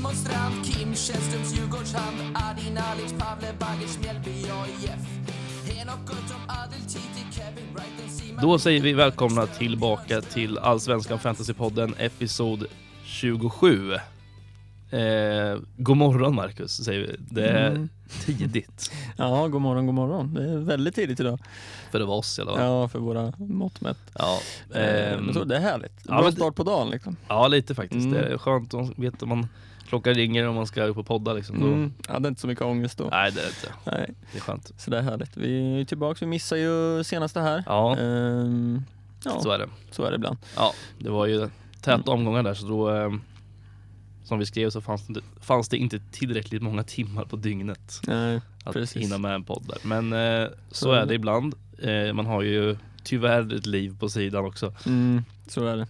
Simon Strand, Kim Källströms Djurgårdshamn, Adin Alic, Pavle Bagers, Mjällby, AIF, Henok Goitom, Adel Titi, Kevin Brighton, Simon. Då säger vi välkomna tillbaka till Allsvenskan Fantasypodden episod 27. God morgon Marcus, säger vi. Det är tidigt. Ja, god morgon. Det är väldigt tidigt idag. För det var oss eller vad? Ja, för våra mått mätt. Ja, men så, det är härligt. Ja, Bra start på dagen liksom. Ja, lite faktiskt. Det är skönt att veta om man klockan ringer och man ska upp och podda liksom. Då... Ja, det är inte så mycket ångest då. Nej, det är inte. Nej. Det är skönt. Så det är härligt. Vi är tillbaka, vi missar ju senaste här. Ja, ja, så är det. Så är det ibland. Ja, det var ju täta omgångar där, så då... Som vi skrev så fanns det inte tillräckligt många timmar på dygnet Nej, att hinna med en podd där. Men så är det ibland. Man har ju tyvärr ett liv på sidan också. Så är det.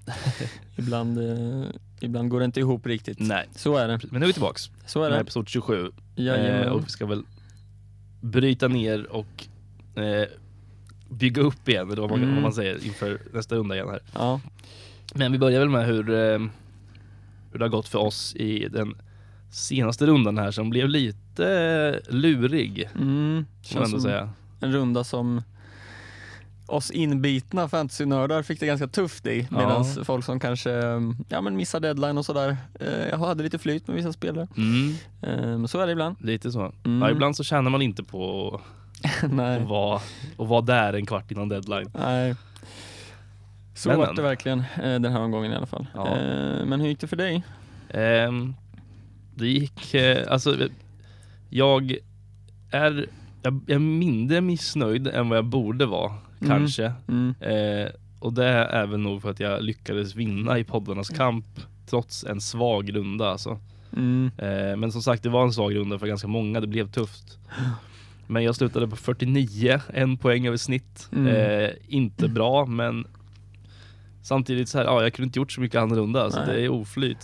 Ibland går det inte ihop riktigt. Nej. Så är det. Men nu är vi tillbaks. Så är det. Episod 27. Och vi ska väl bryta ner och bygga upp igen, eller vad man säger, inför nästa runda igen här. Ja. Men vi börjar väl med hur det har gått för oss i den senaste rundan här, som blev lite lurig. Kan man ändå säga. En runda som oss inbitna fantasynördar fick det ganska tufft i, medan folk som kanske missar deadline och sådär, jag hade lite flyt med vissa spelare. Men så är det ibland. Lite så. Ja, ibland så känner man inte på att vara där en kvart innan deadline. Nej. Så var det verkligen den här omgången i alla fall. Ja. Men hur gick det för dig? Det gick... Jag är mindre missnöjd än vad jag borde vara, kanske. Och det är även nog för att jag lyckades vinna i poddarnas kamp trots en svag runda. Alltså. Men som sagt, det var en svag runda för ganska många. Det blev tufft. Men jag slutade på 49, en poäng över snitt. Inte bra, men... Samtidigt så här, jag kunde inte gjort så mycket annorlunda. Alltså, det är oflyt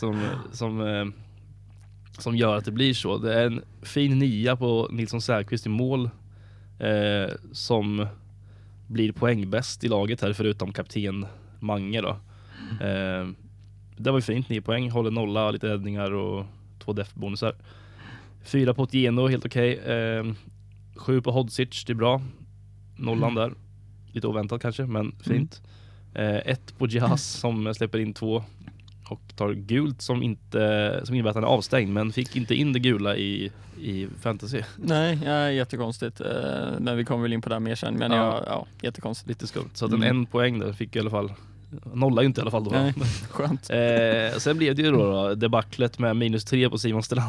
som gör att det blir så. Det är en fin 9 på Nilsson Säfqvist i mål, som blir poängbäst i laget här, förutom kapten Mange då. Det var ju fint, 9 poäng, håller nolla, lite räddningar och 2 def-bonusar. 4 på Geno, helt okej. 7 på Hodzic, det är bra. Nollan där. Lite oväntat kanske, men fint. 1 på Jazz som släpper in 2 och tar gult som innebär att han är avstängd, men fick inte in det gula i fantasy. Nej, jättekonstigt. Men vi kommer väl in på det mer sen. Men jättekonstigt. Lite skumt. Så att en poäng där fick i alla fall. Nolla ju inte i alla fall då. Nej, skönt. Sen blev det ju då debaclet med -3 på Simon Strand.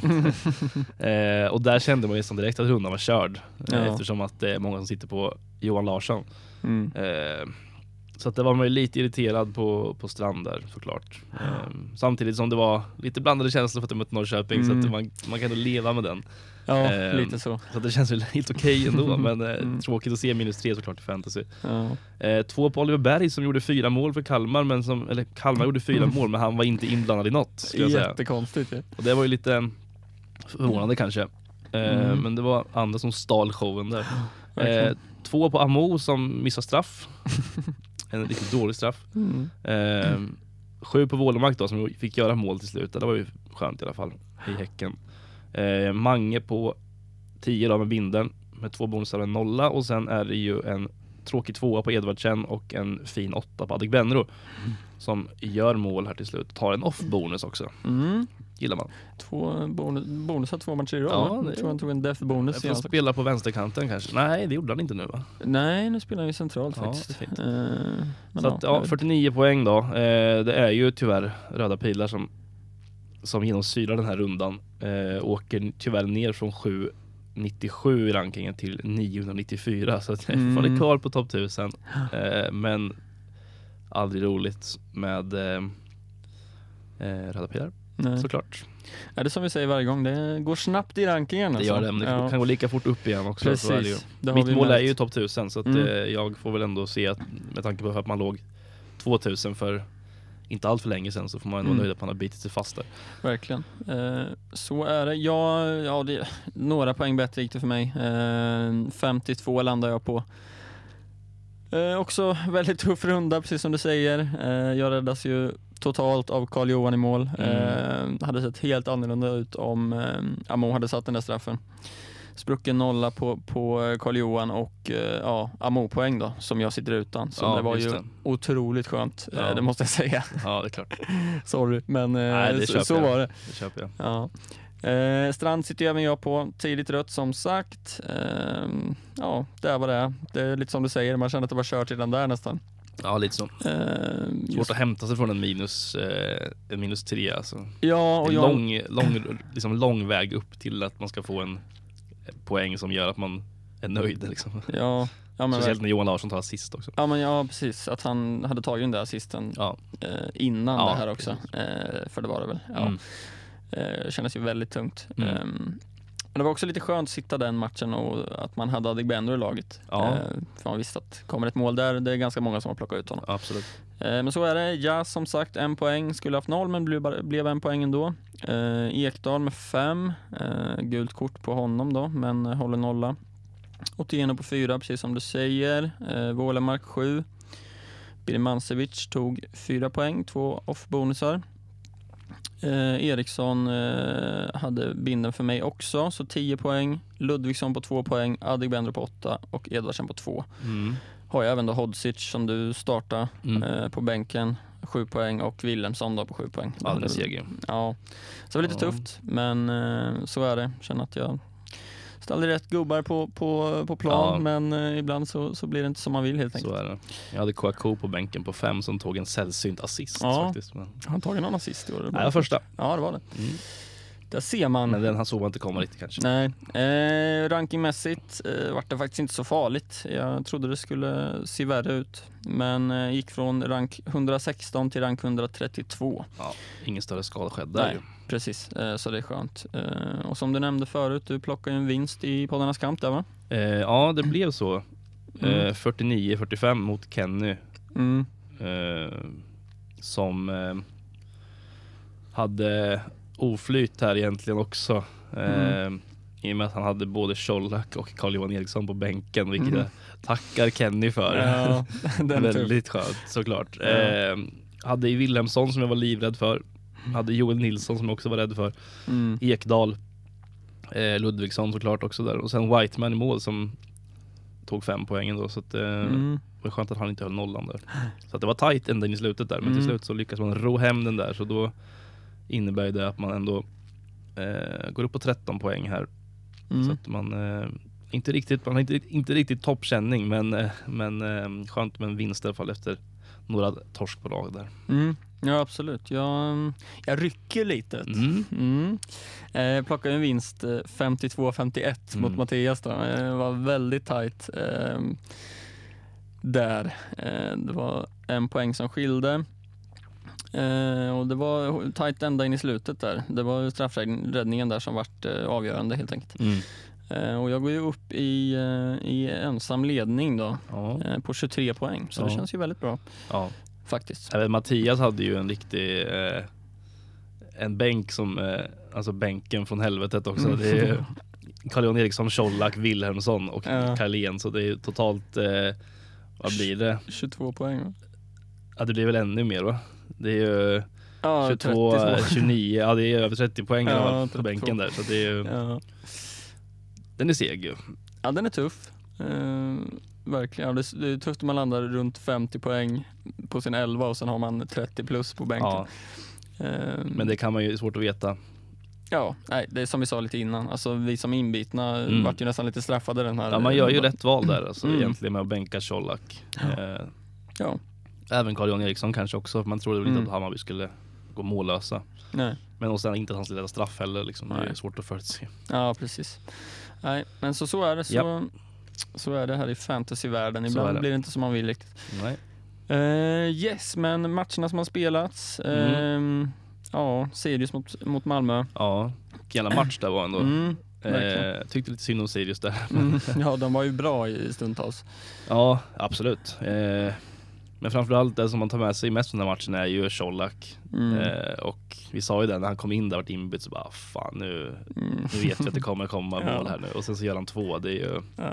Och där kände man ju som direkt att rundan var körd. Eftersom att det är många som sitter på Johan Larsson. Så att det var man ju lite irriterad på Strand där, såklart. Samtidigt som det var lite blandade känslor för att jag mött Norrköping, så att man kan då leva med den. Ja, lite så. Så att det känns väl helt okej ändå, men tråkigt att se -3 såklart i fantasy. 2 på Oliver Berg som gjorde 4 mål för Kalmar, Kalmar gjorde 4 mål, men han var inte inblandad i något, skulle jag säga. Jättekonstigt. Ja. Och det var ju lite förvånande kanske. Men det var andra som stal showen där. 2 på Amo som missade straff. En riktigt dålig straff. 7 på Wålemark då, som fick göra mål till slut. Det var ju skönt i alla fall i Häcken. Mange på 10 då med binden med 2 bonusar och en nolla. Och sen är det ju en tråkig 2 på Edvardsen och en fin 8 på Adegbenro som gör mål här till slut. Tar en off-bonus också. Gillar man. 2 bonusar 2 matcher i rad. Ja, jag tror han tog en def-bonus. Jag får spela på vänsterkanten kanske. Nej, det gjorde han inte nu, va? Nej, nu spelar han ju centralt faktiskt. Det är fint. Så att, 49 poäng då. Det är ju tyvärr röda pilar som genomsyrar den här rundan. Åker tyvärr ner från 797 i rankingen till 994. Så att jag är fortfarande kvar på topp 1000. Men aldrig roligt med röda pilar. Nej. Såklart. Ja, det är som vi säger varje gång, det går snabbt i rankingen. Det gör det, men det kan gå lika fort upp igen också. Precis. Så är det ju. Mitt mål är ju topp 1000, så att jag får väl ändå se att med tanke på att man låg 2000 för inte allt för länge sedan, så får man ändå nöjd att man har bitit sig fast där. Verkligen. Så är det. Det några poäng bättre gick det för mig. 52 landar jag på. Också väldigt tuff runda, precis som du säger. Jag räddas ju totalt av Carl-Johan i mål. Hade sett helt annorlunda ut om Amo hade satt den där straffen. Sprucken nolla på Carl-Johan och Amo-poäng då, som jag sitter utan. Så det var ju otroligt skönt, det måste jag säga. Ja, det är klart. Sorry, men nej, så var det. Det köper jag. Ja. Strand sitter även jag på, tidigt rött som sagt. Det var det. Det är lite som du säger, man kände att det var kört redan där nästan. Ja, lite så. Svårt att hämta sig från en minus 3 alltså. Ja, och lång väg upp till att man ska få en poäng som gör att man är nöjd liksom. Ja, men speciellt när Johan Larsson tar assist också. Ja, precis. Att han hade tagit den där assisten innan det här också. För det var det väl. Ja. Kändes ju väldigt tungt. Men det var också lite skönt att sitta den matchen och att man hade Adegbenro i laget. För man visste att kommer ett mål där, det är ganska många som har plockat ut honom. Absolut. Men så är det. Ja, som sagt, 1 poäng. Skulle haft 0 men blev 1 poäng ändå. Ekdal med 5. Gult kort på honom då, men håller nolla. Otieno på 4, precis som du säger. Wålemark 7. Birmancevic tog 4 poäng, 2 off-bonusar. Eriksson hade binden för mig också, så 10 poäng. Ludvigsson på 2 poäng, Adegbenro på 8 och Edvardsen på 2. Har jag även då Hodzic som du startar på bänken, 7 poäng, och Willemsson då på 7 poäng. Alldeles seger. Ja, så det var lite tufft, men så är det. Känner att jag ställde rätt gubbar på plan, men ibland så blir det inte som man vill helt enkelt. Så är det. Jag hade Kouakou på bänken på 5 som tog en sällsynt assist faktiskt. Men... Han tagit någon assist i år? Nej, första. Ja, det var det. Där ser man. Men den han såg man inte komma riktigt kanske. Nej, rankingmässigt var det faktiskt inte så farligt. Jag trodde det skulle se värre ut. Men gick från rank 116 till rank 132. Ja, ingen större skada skedde där. Nej, precis. Så det är skönt. Och som du nämnde förut, du plockade en vinst i poddarnas kamp där, va? Ja, det blev så. 49-45 mot Kenny. Som hade oflyt här egentligen också. I och med att han hade både Colak och Carl-Johan Eriksson på bänken, vilket jag tackar Kenny för. Ja, väldigt skönt såklart. Hade i Willemsson som jag var livrädd för. Hade Joel Nilsson som jag också var rädd för. Ekdal, Ludvigsson såklart också där. Och sen Whiteman i mål som tog 5 poängen då. Så att, det var skönt att han inte höll nollan där. Så att det var tajt ända in i slutet där. Men till slut så lyckas man ro hem den där. Så då innebär det att man ändå går upp på 13 poäng här. Så att man man har inte riktigt toppkänning, men skönt med en vinst i alla fall efter några torsk på lag där. Ja, absolut. Jag rycker lite. Plockade en vinst 52-51 mot Mattias då. Det var väldigt tajt där. Det var 1 poäng som skilde. Och det var tajt ända in i slutet där. Det var straffräddningen där som vart avgörande helt enkelt. Och jag går ju upp i ensam ledning då, på 23 poäng. Så det känns ju väldigt bra. Ja. Faktiskt. Mattias hade ju en riktig en bänk som alltså bänken från helvetet också. Det är Carl-Johan Eriksson, Colak, Wilhelmsson och Carlén, så det är totalt vad blir det? 22 poäng. Ja, det blir väl ännu mer, va? Det är ju 22, 29, ja det är över 30 poäng på bänken där, så det är ju den är seg ju. Ja, den är tuff. Verkligen. Det är tufft om man landar runt 50 poäng på sin 11 och sen har man 30 plus på bänken. Ja. Men det kan man ju svårt att veta. Ja, nej, det är som vi sa lite innan. Alltså vi som inbitna vart ju nästan lite straffade den här. Ja, man gör ju rätt val där alltså, egentligen med att bänka Colak. Ja. Även Carl-Johan Eriksson kanske också. Man trodde väl inte att Hammarby skulle gå mållösa. Nej. Men och sen inte att han skulle leda straff heller liksom. Det är svårt att förutse. Ja, precis. Nej, men så är det. Så är det här i fantasyvärlden. Ibland blir det inte som man vill riktigt. Nej. Yes, men matcherna som har spelats. Sirius mot Malmö. Ja, jävla match där var ändå. Tyckte lite synd om Sirius där. Ja, de var ju bra i stundtals. Ja, absolut. Men framförallt det som man tar med sig mest från den här matchen är ju Colak. Och vi sa ju det när han kom in där vart inbytt, så bara fan nu vet vi att det kommer komma mål här nu. Och sen så gör han 2. Det är ju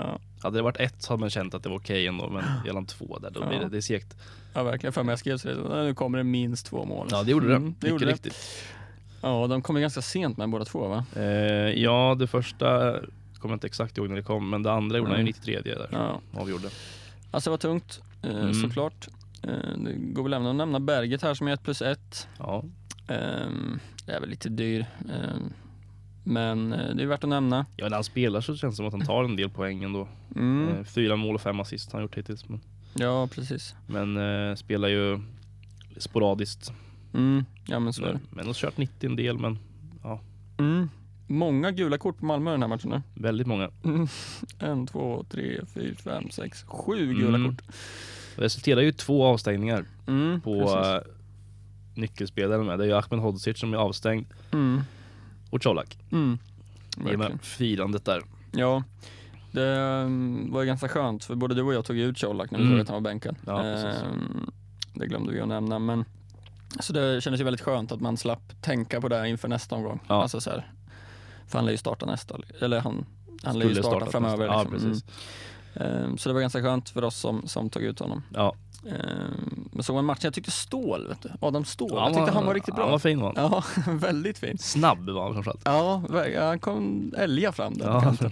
hade det varit 1 så hade man känt att det var okej ändå, men gällande 2 där, då blir det är segt. Ja, verkligen. För mig jag skrev så nu kommer det minst 2 mål. Ja, det gjorde det. Det gjorde riktigt. Det. Ja, de kom ganska sent med båda 2, va? Ja, det första kommer jag inte exakt ihåg när det kom, men det andra gjorde han ju 93 där. Ja. Avgjorde. Alltså det var tungt, såklart. Det går väl även att nämna Berget här som är 1+1. Ja. Det är väl lite dyr. Men det är värt att nämna. Ja, när han spelar så känns det som att han tar en del poäng ändå. 4 mål och 5 assist han gjort hittills. Men... Ja, precis. Men spelar ju sporadiskt. Ja, men så är det. Men har kört 90 en del, men ja. Många gula kort på Malmö den här matchen. Väldigt många. 1, 2, 3, 4, 5, 6, 7 gula kort. Det resulterar ju 2 avstängningar på nyckelspelaren med. Det är ju Ahmed Hodzic som är avstängd. Och Colak. Det är med firandet där. Ja, det var ju ganska skönt för både du och jag tog ut Colak när vi såg att han var bänken. Ja, det glömde vi att nämna, men så det kändes ju väldigt skönt att man slapp tänka på det inför nästa omgång. Ja. Alltså så här, för han lär ju starta nästa, eller han lär ju starta framöver. Ja, liksom. precis. Så det var ganska skönt för oss som tog ut honom. Ja. Men så en match, jag tyckte Ståhl, vet du? Adam Ståhl, jag tyckte han var riktigt bra. Han var fin, va? Ja, väldigt fin. Snabb var han framförallt. Ja, han kom älga fram där på kanten.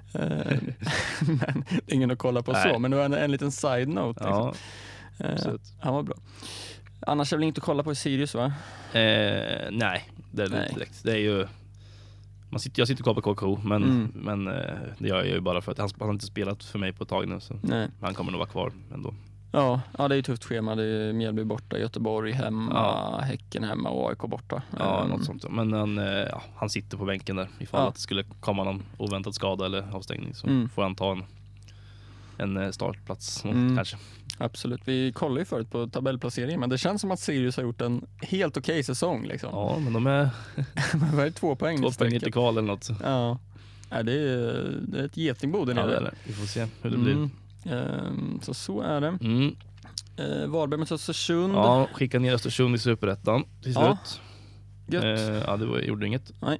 Men ingen att kolla på så, men det var en liten side note. Liksom. Ja, han var bra. Annars är väl inte att kolla på i Sirius, va? Nej, det är inte direkt. Det är ju... Jag sitter kvar på KK, men det gör jag ju bara för att han har inte spelat för mig på ett tag nu. Så han kommer nog vara kvar ändå. Ja, det är ju tufft schema. Det är Mjällby borta, Göteborg hemma, Häcken hemma och AIK borta. Ja, något sånt. Men han sitter på bänken där. Ifall att det skulle komma någon oväntad skada eller avstängning så får han ta en startplats kanske. Absolut. Vi kollar ju förut på tabellplaceringen, men det känns som att Sirius har gjort en helt okej säsong. Liksom. Ja, men de är... Vad är det, 2 poäng? 2 poäng inte kval eller något. Ja, det är ett getingbo där nere. Ja, det. Vi får se hur det blir. Så är det. Varberg mot Östersund. Ja, skicka ner Östersund i Superettan till slut. Gött. Ja, det gjorde inget. Nej.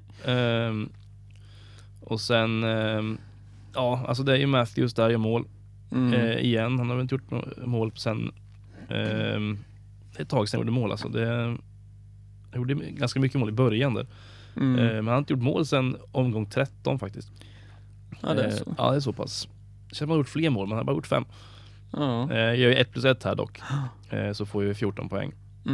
Och sen alltså det är ju Matthews där i mål igen. Han har väl inte gjort något mål sen det är ett tag sedan han gjorde mål alltså. Jag gjorde ganska mycket mål i början där. Men han har inte gjort mål sen omgång 13 faktiskt. Ja, det är så. Ja, det är så pass. Jag känner att man har gjort fler mål, men han har bara gjort 5. Ja. Jag gör 1+1 här dock. Så får vi 14 poäng.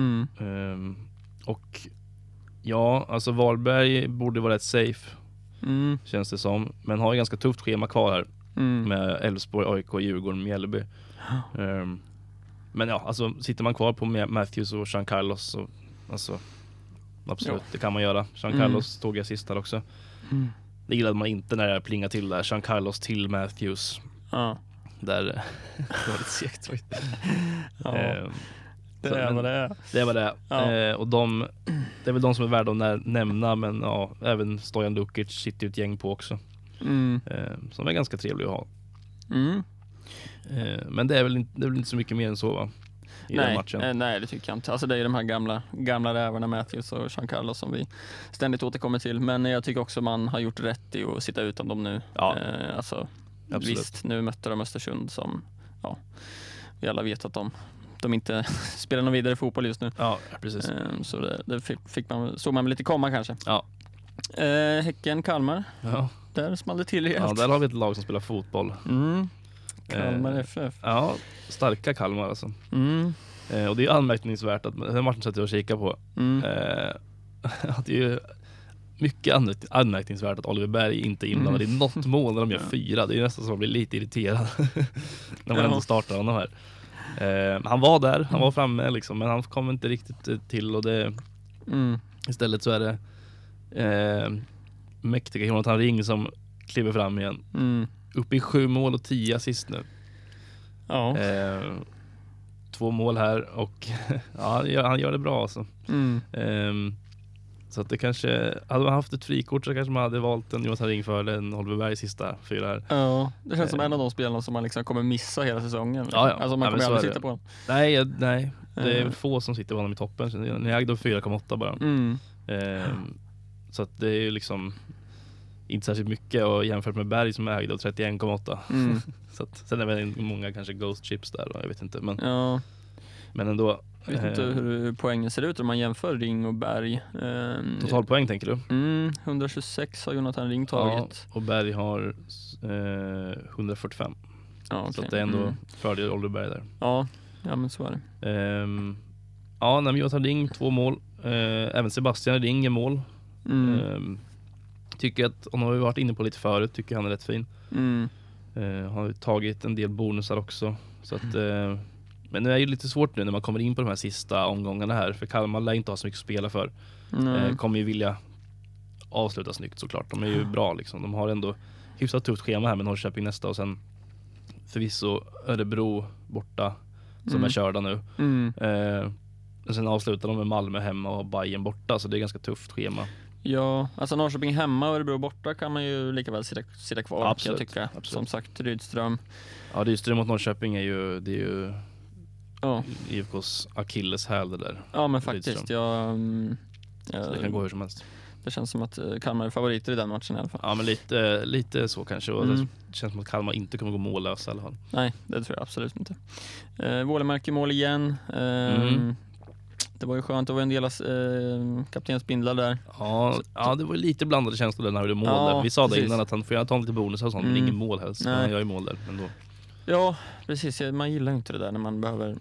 Och ja, alltså Varberg borde vara rätt safe. Känns det som. Men har ju ganska tufft schema kvar här. Med Elfsborg, AIK, Djurgården, Mjällby. Men ja, alltså sitter man kvar på Matthews och Jean Carlos så alltså absolut, det kan man göra. Jean Carlos tog jag sist här också. Det gillade man inte när det plingade till där. Jean Carlos till Matthews. Ja. Där det var lite segt. Det är vad det är. Det var det. Ja. Och det är väl de som är värda att nämna, men ja, även Stojan Lukic sitter ju ett gäng på också. Som är ganska trevlig att ha. Men det är väl inte så mycket mer än så, va? I den matchen. Nej, det tycker jag inte. Alltså det är ju de här gamla rävarna Matthews och Jean Carlos som vi ständigt återkommer till. Men jag tycker också man har gjort rätt i att sitta utan dem nu. Ja. Alltså, visst, nu mötte de Östersund som vi alla vet att de inte spelar någon vidare fotboll just nu. Ja, precis. Så det såg man lite komma kanske. Ja. Häcken, Kalmar. Ja. Där small det till rejält. Ja, där har vi ett lag som spelar fotboll. Kalmar FF. Ja, starka Kalmar alltså. Och det är anmärkningsvärt att den matchen satt jag och kika på. Att det är ju mycket anmärkningsvärt att Oliver Berg inte är inblandad i något mål när de gör 4. Det är nästan så man blir lite irriterad när man ändå startar honom här. Han var där, han var framme liksom, men han kom inte riktigt till, och det istället så är det mäktiga Jonathan Ring som kliver fram igen. Uppe i 7 mål och 10 assist nu. Ja. 2 mål här och han gör det bra alltså. Så att det kanske, hade man haft ett frikort så kanske man hade valt en Jonathan Ring för en Oliver Berg sista 4 här. Ja, det känns som en av de spelarna som man liksom kommer missa hela säsongen. Liksom. Ja. Alltså man kommer aldrig sitta på honom. Nej, det är få som sitter på honom i toppen. Ni ägde 4,8 bara. Så att det är ju liksom, inte särskilt mycket, och jämfört med Berg som ägde 31,8. Så att, sen är det väl många kanske ghost chips där då, jag vet inte, men ändå. Jag vet inte hur poängen ser ut om man jämför Ring och Berg. Totalpoäng tänker du? 126 har Jonathan Ring tagit. Ja, och Berg har 145. Ja, okay. Så att det är ändå fördel Oliver Berg där. Ja, men så är det. Men Jonathan Ring 2 mål. Även Sebastian Ring är mål. Tycker att, och har vi varit inne på lite förut, tycker han är rätt fin. Har tagit en del bonusar också. Så att, men det är ju lite svårt nu när man kommer in på de här sista omgångarna här. För Kalmar lär inte ha så mycket att spela för. Kommer ju vilja avsluta snyggt såklart. De är ju bra liksom. De har ändå hyfsat tufft schema här med Norrköping nästa. Och sen förvisso Örebro borta som är körda nu. Och sen avslutar de med Malmö hemma och Bayern borta. Så det är ganska tufft schema. Ja, alltså Norrköping hemma och Örebro borta kan man ju lika väl sitta kvar. Absolut, jag tycka. Absolut. Som sagt, Rydström. Ja, Rydström mot Norrköping är ju IFKs akilleshäl det där. Ja, men faktiskt. Så det kan gå hur som helst. Det känns som att Kalmar är favoriter i den matchen i alla fall. Ja, men lite så kanske. Och det känns som att Kalmar inte kommer gå mållösa i alla fall. Nej, det tror jag absolut inte. Wålemark i mål igen. Det var ju skönt, det var en del av kaptensbindlar där. Ja, det var lite blandade känslor där när det mål där. Vi sa det innan att han får ta lite bonus och sånt, men ingen mål helst. Men jag är mål där ändå. Ja, precis. Man gillar ju inte det där när man behöver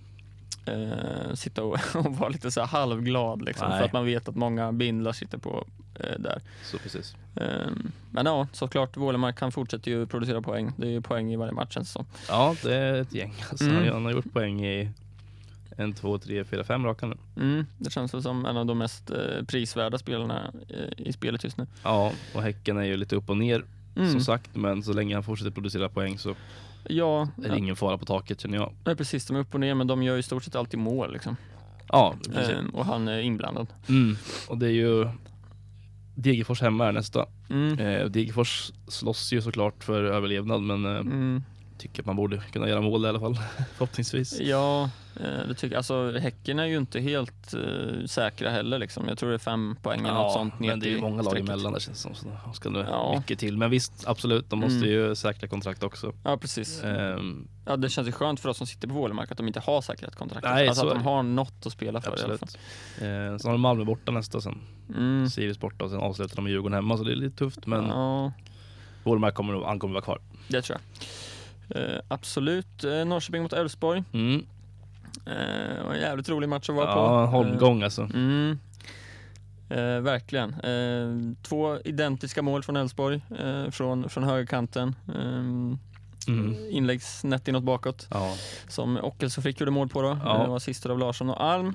sitta och vara lite så här halvglad liksom, för att man vet att många bindlar sitter på där. Så precis. Men ja, såklart Wålemark kan fortsätta ju producera poäng. Det är ju poäng i varje match så. Ja, det är ett gäng. Alltså, han har gjort poäng i 1, 2, 3, 4, 5 raka nu. Det känns som en av de mest prisvärda spelarna i spelet just nu. Ja, och Häcken är ju lite upp och ner som sagt, men så länge han fortsätter producera poäng så är det ingen fara på taket, känner jag. Nej, precis, de är upp och ner, men de gör ju i stort sett alltid mål liksom. Ja, precis. Och han är inblandad. Och det är ju Degerfors hemma är nästa. Degerfors slåss ju såklart för överlevnad, men tycker att man borde kunna göra mål i alla fall, förhoppningsvis. Ja, det tycker jag. Alltså, Häcken är ju inte helt säkra heller liksom. Jag tror det är 5 poäng eller något sånt. Men det är ju många lag emellan där, känns som. Så de ska mycket till. Men visst, absolut, de måste ju säkra kontrakt också. Ja, precis. Ja, det känns ju skönt för oss som sitter på Wålemark att de inte har säkrat kontrakt. Nej, alltså att de har något att spela för. Absolut. I alla fall. Så har de Malmö borta nästa sen. Sirius borta och sen avslutar de med Djurgården hemma, så det är lite tufft. Men Wålemark kommer vara kvar. Det tror jag. Absolut. Norrköping mot Elfsborg. En jävligt rolig match att vara på. Ja, holmgång alltså. Verkligen. 2 identiska mål från Elfsborg från högerkanten. Inläggsnätt inåt bakåt. Som Ockels och Frick gjorde mål på då. Det var assister av Larsson och Alm.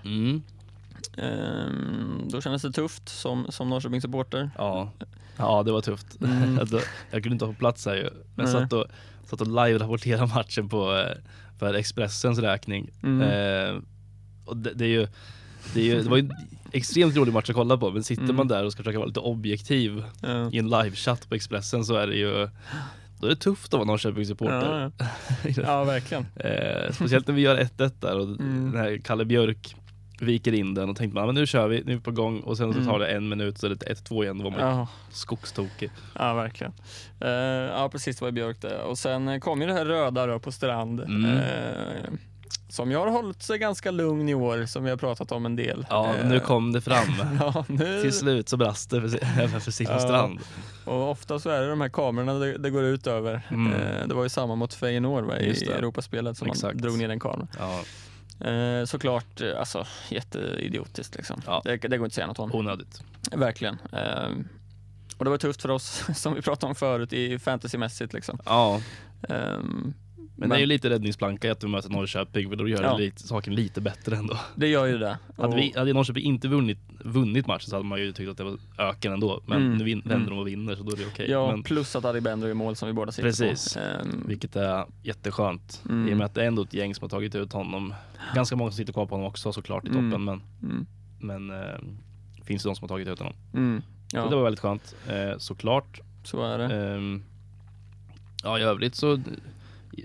Då kändes det tufft som Norrköping supporter. Ja, det var tufft. Jag kunde inte ha på plats här ju. Men satt och live-rapporterade matchen för Expressens räkning. Och det var ju en extremt rolig match att kolla på. Men sitter man där och ska försöka vara lite objektiv i en live-chatt på Expressen, så är det ju... Då är det tufft att vara Norrköping-supporter. Ja, verkligen. Speciellt när vi gör 1-1 där och den här Kalle Björk viker in den och tänkte man, men nu kör vi, nu är vi på gång, och sen så tar det 1 minut så är det 1-2 igen, då var man skogstokig. Ja, verkligen. Ja, precis, det var Björk det. Och sen kom ju det här röda då på Strand. Som jag har hållit sig ganska lugn i år, som vi har pratat om en del. Ja, nu kom det fram. Nu... Till slut så brast det även för Simon Strand. Och ofta så är det de här kamerorna det går ut över. Det var ju samma mot Feyenoord i Europaspelet som man drog ner den kameran. Såklart, alltså jätteidiotiskt liksom. Det går inte att säga något om. Onödigt. Verkligen. Och det var tufft för oss, som vi pratade om förut, i fantasymässigt liksom. Men det är ju lite räddningsplanka att vi möter Norrköping, för då gör det saken lite bättre ändå. Det gör ju det. Hade Norrköping inte vunnit matchen så hade man ju tyckt att det var öken ändå. Men nu vänder de och vinner, så då är det okej. Ja, men plus att Ari Bender är mål som vi båda sitter precis. På. Vilket är jätteskönt. I och med att det är ändå ett gäng som har tagit ut honom. Ganska många som sitter kvar på honom också såklart i toppen. Men finns det de som har tagit ut honom. Så det var väldigt skönt. Såklart. Så är det. I övrigt så...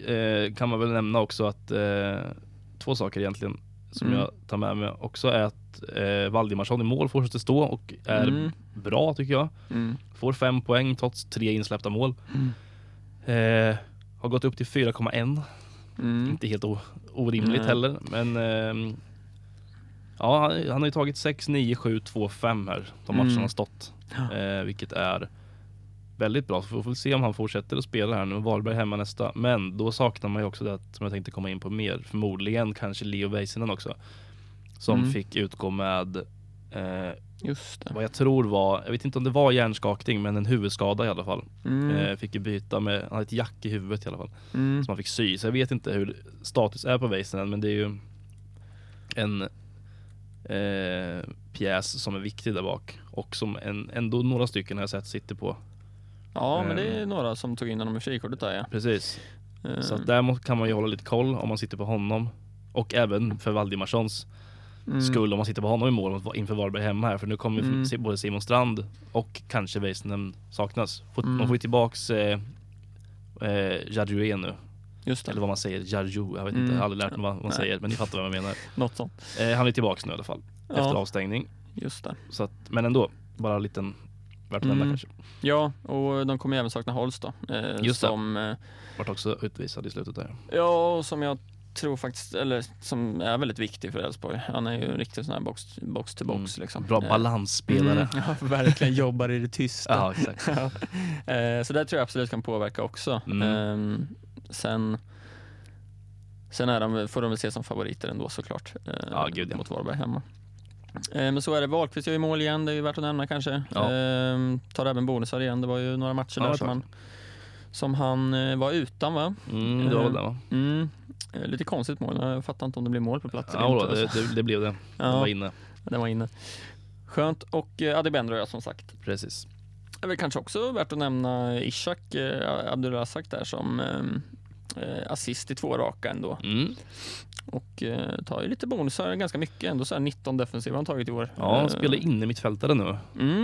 kan man väl nämna också att 2 saker egentligen som jag tar med mig också är att att Valdimarsson i mål fortsätter stå och är bra tycker jag. Får 5 poäng trots 3 insläppta mål. Har gått upp till 4,1. Inte helt orimligt heller, men ja, han har ju tagit 6, 9, 7, 2, 5 här de matcherna har stått. Vilket är väldigt bra. Så vi får se om han fortsätter att spela här nu. Varberg hemma nästa. Men då saknar man ju också det som jag tänkte komma in på mer. Förmodligen kanske Leo Väisänen också. Som fick utgå med just det. Vad jag tror var, jag vet inte om det var hjärnskakning, men en huvudskada i alla fall. Fick ju byta med, han hade ett jack i huvudet i alla fall. Som han fick sy. Så jag vet inte hur status är på Väisänen, men det är ju en pjäs som är viktig där bak. Och som ändå några stycken har jag sett sitter på. Ja, men det är några som tog in honom i frikortet där, ja. Precis. Så att där kan man ju hålla lite koll om man sitter på honom. Och även för Valdimarssons skull om man sitter på honom i mål inför Varberg hemma här. För nu kommer ju både Simon Strand och kanske Väisänen saknas. De får ju tillbaks Jarjue nu. Just det. Eller vad man säger, Jarju. Jag vet inte, jag har aldrig lärt mig vad man säger, men ni fattar vad jag menar. Något sånt. Han är tillbaks nu i alla fall. Efter avstängning. Just det. Så att, men ändå, bara en liten värt att nämna kanske. Ja, och de kommer även sakna Holst då. Just som vart också utvisad i slutet där. Ja, och som jag tror faktiskt, eller som är väldigt viktig för Elfsborg. Han är ju en riktigt sån här box till box liksom. Bra balansspelare. Ja, verkligen jobbar i det tysta. Ja, exakt. Så det tror jag absolut kan påverka också. Sen får de väl se som favoriter ändå såklart. Mot Varberg hemma. Men så är det. Wahlqvist gör ju mål igen, det är ju värt att nämna kanske. Tar även bonusar igen. Det var ju några matcher där som han var utan, va? Det var väl det, va? Lite konstigt mål. Jag fattar inte om det blir mål på plats. Ja, det blev det. Den var inne. Skönt. Och Adibendro, som sagt. Precis. Det är väl kanske också värt att nämna Ishak Abdulrazak där som assist i 2 raka ändå. Och tar ju lite bonusar ganska mycket ändå, så här 19 defensiva han tagit i år. Ja, han spelar inne mittfältare nu.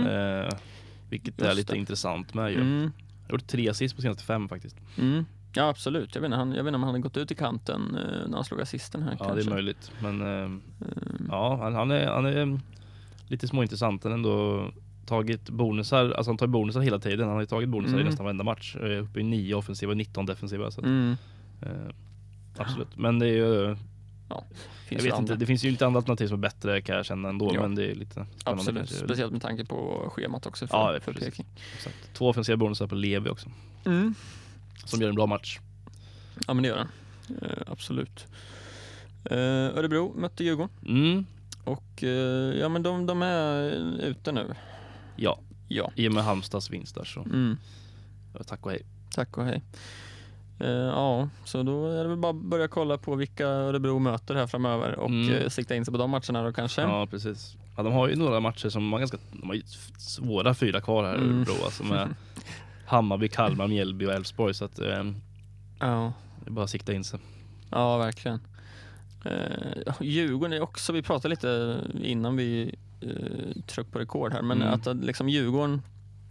Vilket är lite intressant med ju. Jag har gjort 3 assist på senaste 5 faktiskt. Ja, absolut. Jag vet inte om han hade gått ut i kanten när han slog assisten här. Ja, kanske. det är möjligt. Men ja, han är lite småintressant. Han ändå tagit bonusar, alltså han tar bonusar hela tiden. Han har ju tagit bonusar i nästan varenda match. Uppe i 9 offensiva och 19 defensiva. Så att, absolut. Men det är ju... Ja, jag vet inte, det finns ju lite andra alternativ som är bättre kan jag känna ändå, men det är lite absolut, kanske. Speciellt med tanke på schemat också för Peking. Exakt. 2 offensiva bonusar på Levi också. Som gör en bra match. Ja, men det gör den. Absolut. Örebro mötte Djurgården. Och ja, men de är ute nu. Ja. I och med Halmstads vinst där så. Tack och hej. Tack och hej. Ja, så då är det väl bara att börja kolla på vilka Örebro möter här framöver och sikta in sig på de matcherna då kanske. Ja, precis. Ja, de har ju några matcher som de har ju svåra 4 kvar här Örebro, alltså med Hammarby, Kalmar, Mjällby och Elfsborg, så att det är bara att sikta in sig. Ja, verkligen. Djurgården är också, vi pratade lite innan vi tryckte på rekord här, men att liksom Djurgården,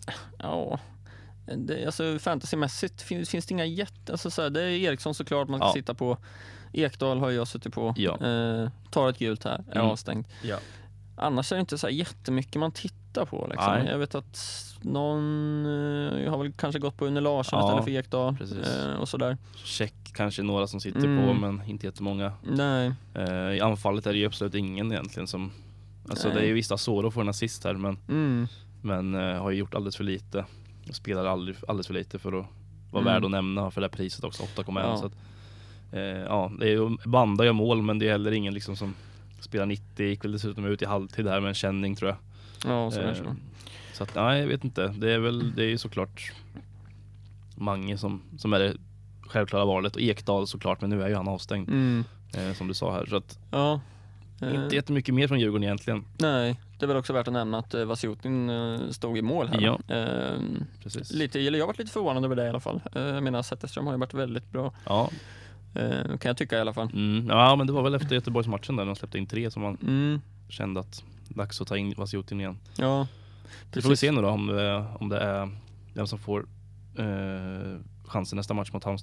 alltså fantasymässigt finns det inga alltså så här, det är Eriksson såklart man ska sitta på. Ekdal har jag suttit på. Tar ett gult här, är avstängd. Annars är det inte så här jättemycket man tittar på liksom. Jag vet att någon har väl kanske gått på Une Larsson istället för Ekdal och sådär. Check kanske några som sitter på, men inte jättemånga. Nej. I anfallet är det ju absolut ingen egentligen som, alltså det är ju vissa Soro får en assist här, men har ju gjort alldeles för lite. Spelar alldeles för lite för att vara värd att nämna för det här priset också, 8,1. Så att, det är ju Banda gör mål, men det är heller ingen liksom som spelar 90, gick väl dessutom ut i halvtid här med en känning tror jag. Ja, så att nej, jag vet inte. Det är ju såklart Mange som är det självklara valet, och Ekdal såklart, men nu är ju han avstängd som du sa här, så att inte jättemycket mer från Djurgården egentligen. Nej, det är väl också värt att nämna att Vasjutin stod i mål här. Precis. Jag har varit lite förvånad över det i alla fall. Jag menar, Zetterström har ju varit väldigt bra. Ja. Kan jag tycka i alla fall. Ja, men det var väl efter Göteborgsmatchen där de släppte in 3 som man kände att dags att ta in Vasjutin igen. Ja, precis. Så får vi se nu då om det är den som får chansen nästa match mot Halmstad här.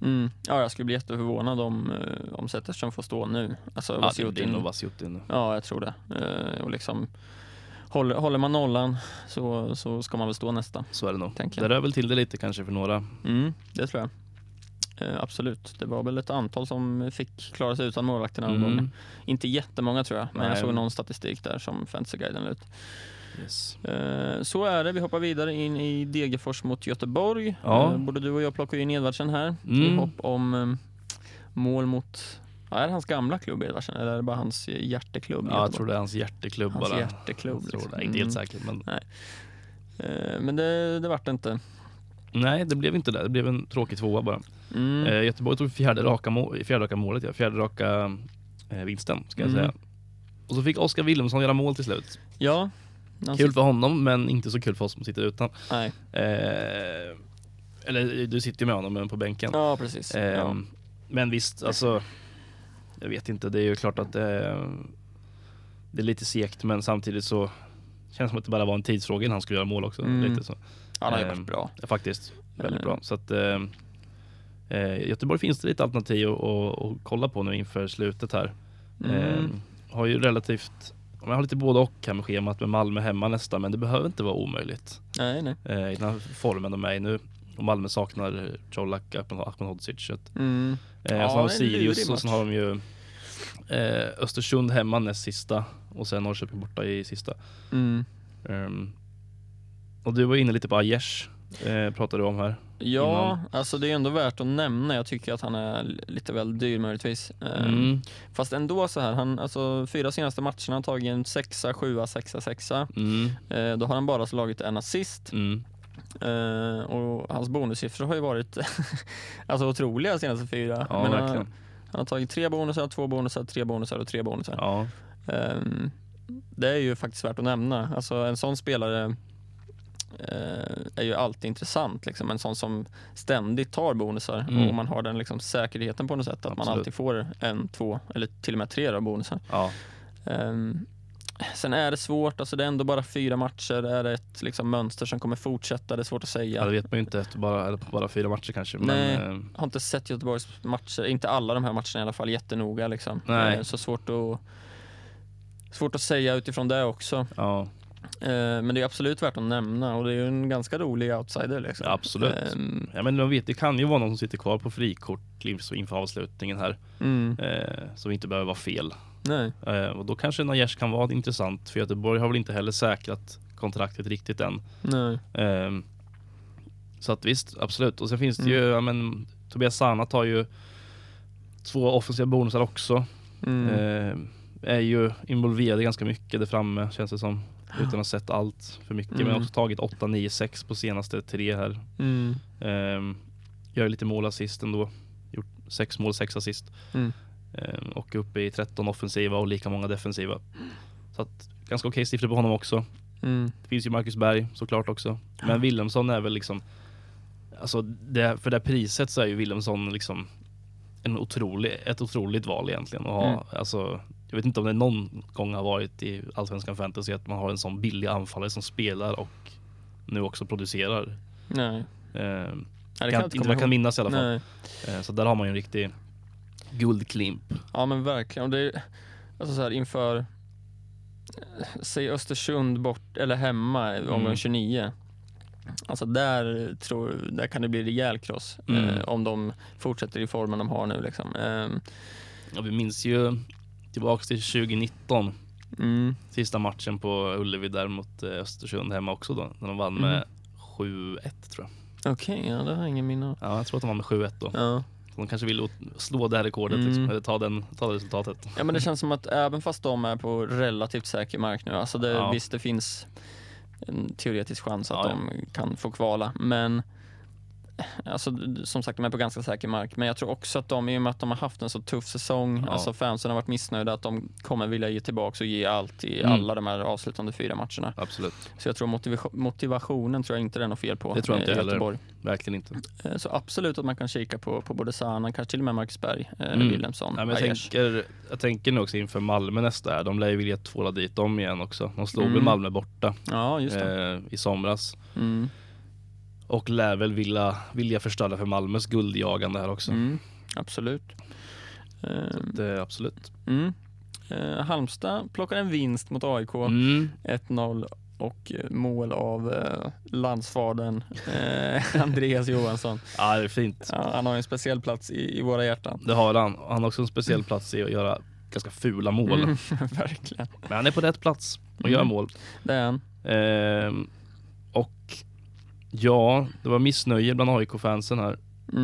Ja, jag skulle bli jätteförvånad om Zetterström får stå nu. Alltså, det är nog Vasiutin. Ja, jag tror det. Och liksom håller man nollan så ska man väl stå nästa. Så är det nog. Det rör väl till det lite kanske för några. Det tror jag. Absolut. Det var väl ett antal som fick klara sig utan målvakterna. Inte jättemånga tror jag, men jag såg någon statistik där som Fantasyguiden ut. Yes. Så är det. Vi hoppar vidare in i Degerfors mot Göteborg. Både du och jag plockar in Edvardsen här i hopp om mål mot... är det hans gamla klubb Edvardsen eller är det bara hans hjärteklubb? Ja, jag tror det är hans hjärteklubb bara. Hjärteklubb. Jag tror det. Inte helt säkert. Men, nej. Men det vart det inte. Nej, det blev inte det. Det blev en tråkig tvåa bara. Göteborg tog fjärde raka målet. Fjärde raka vinsten ska jag säga. Och så fick Oskar Wilhelmsson göra mål till slut. Ja. Kul för honom, men inte så kul för oss som sitter utan. Nej. Eller du sitter ju med honom på bänken. Ja, precis. Men visst, alltså jag vet inte, det är ju klart att det är lite segt, men samtidigt så känns det som att det bara var en tidsfråga innan han skulle göra mål också. Lite så. Han har ju varit bra. Faktiskt, väldigt bra. Så att Göteborg finns det lite alternativ att kolla på nu inför slutet här. Har ju relativt... Man har lite både och här med schemat med Malmö hemma nästa, men det behöver inte vara omöjligt. Nej. I den här formen de är i nu. Och Malmö saknar Colak, Ahmedhodzic. Och så har de Sirius och så har de ju Östersund hemma näst sista och sen Norrköping borta i sista. Och du var inne lite på Aiesh, pratade du om här. Ja, innan. Alltså det är ändå värt att nämna. Jag tycker att han är lite väl dyr möjligtvis. Fast ändå så här, han, alltså 4 senaste matcherna har tagit en 6, 7, 6, 6. Då har han bara slagit en assist. Och hans bonussiffror har ju varit alltså otroliga senaste 4. Ja, men verkligen. Han har tagit 3 bonusar, 2 bonusar, 3 bonusar och 3 bonusar. Ja. Det är ju faktiskt värt att nämna. Alltså en sån spelare är ju alltid intressant liksom. En sån som ständigt tar bonusar och man har den liksom säkerheten på något sätt att man alltid får 1, 2 eller till och med 3 bonusar. Sen är det svårt, alltså det är ändå bara 4 matcher, det är ett liksom mönster som kommer fortsätta, det är svårt att säga. Ja, det vet man ju inte efter bara 4 matcher kanske. Nej, har inte sett Göteborgs matcher, inte alla de här matcherna i alla fall jättenoga liksom. Så svårt att säga utifrån det också. Ja. Men det är absolut värt att nämna och det är ju en ganska rolig outsider liksom. Ja, absolut. Ja, men det kan ju vara någon som sitter kvar på frikort inför avslutningen här. Som inte behöver vara fel. Nej. Och då kanske Aiesh kan vara intressant, för Göteborg har väl inte heller säkrat kontraktet riktigt än. Nej. Så att visst, absolut. Och sen finns det ju, Tobias Sanat har ju 2 offensiva bonusar också. Är ju involverad ganska mycket där framme, känns det som. Utan att ha sett allt för mycket. Men också tagit 8, 9, 6 på senaste 3 här. Gör lite målassist ändå. Gjort 6 mål, 6 assist. Och uppe i 13 offensiva och lika många defensiva. Så att ganska okej siffror på honom också. Det finns ju Marcus Berg såklart också. Men Wilhelmsson är väl liksom, alltså för det priset så är ju Wilhelmsson liksom ett otroligt val egentligen att ha. Alltså, jag vet inte om det någon gång har varit i Allsvenskan Fantasy att man har en sån billig anfallare som spelar och nu också producerar. Nej. Jag kan minnas i alla fall. Så där har man ju en riktig guldklimp. Ja, men verkligen. Och det är, alltså så här, inför säg Östersund bort eller hemma omgång 29. Alltså där kan det bli rejäl kross om de fortsätter i formen de har nu liksom. Ja, vi minns ju tillbaka till 2019. Sista matchen på Ullevi där mot Östersund hemma också då, när de vann med 7-1 tror jag. Okej, ja, det har ingen minne. Ja, jag tror att de vann med 7-1 då. Ja. De kanske vill slå det här rekordet liksom, eller ta det resultatet. Ja, men det känns som att även fast de är på relativt säker mark nu, alltså visst det finns en teoretisk chans att de kan få kvala, men alltså, som sagt, de är på ganska säker mark. Men jag tror också att i och med att de har haft en så tuff säsong, alltså fansen har varit missnöjda, att de kommer vilja ge tillbaka och ge allt i alla de här avslutande 4 matcherna. Absolut. Så jag tror motivationen tror jag inte det är något fel på. Det tror jag inte heller. Göteborg. Verkligen inte. Så absolut att man kan kika på både Sana, kanske till och med Marcus Berg, Wilhelmsson. Ja, men jag tänker nu också inför Malmö nästa här. De lär ju vilja tvåla dit dem igen också. De slog väl Malmö borta just det. I somras. Och lär väl vilja förstöra för Malmös guldjagande här också. Absolut. Absolut. Halmstad plockar en vinst mot AIK. 1-0 och mål av landsfadern Andreas Johansson. Ja, det är fint. Ja, han har en speciell plats i våra hjärtan. Det har han. Han har också en speciell plats i att göra ganska fula mål. Verkligen. Men han är på rätt plats och gör mål. Det är han. Och ja, det var missnöje bland AIK-fansen här.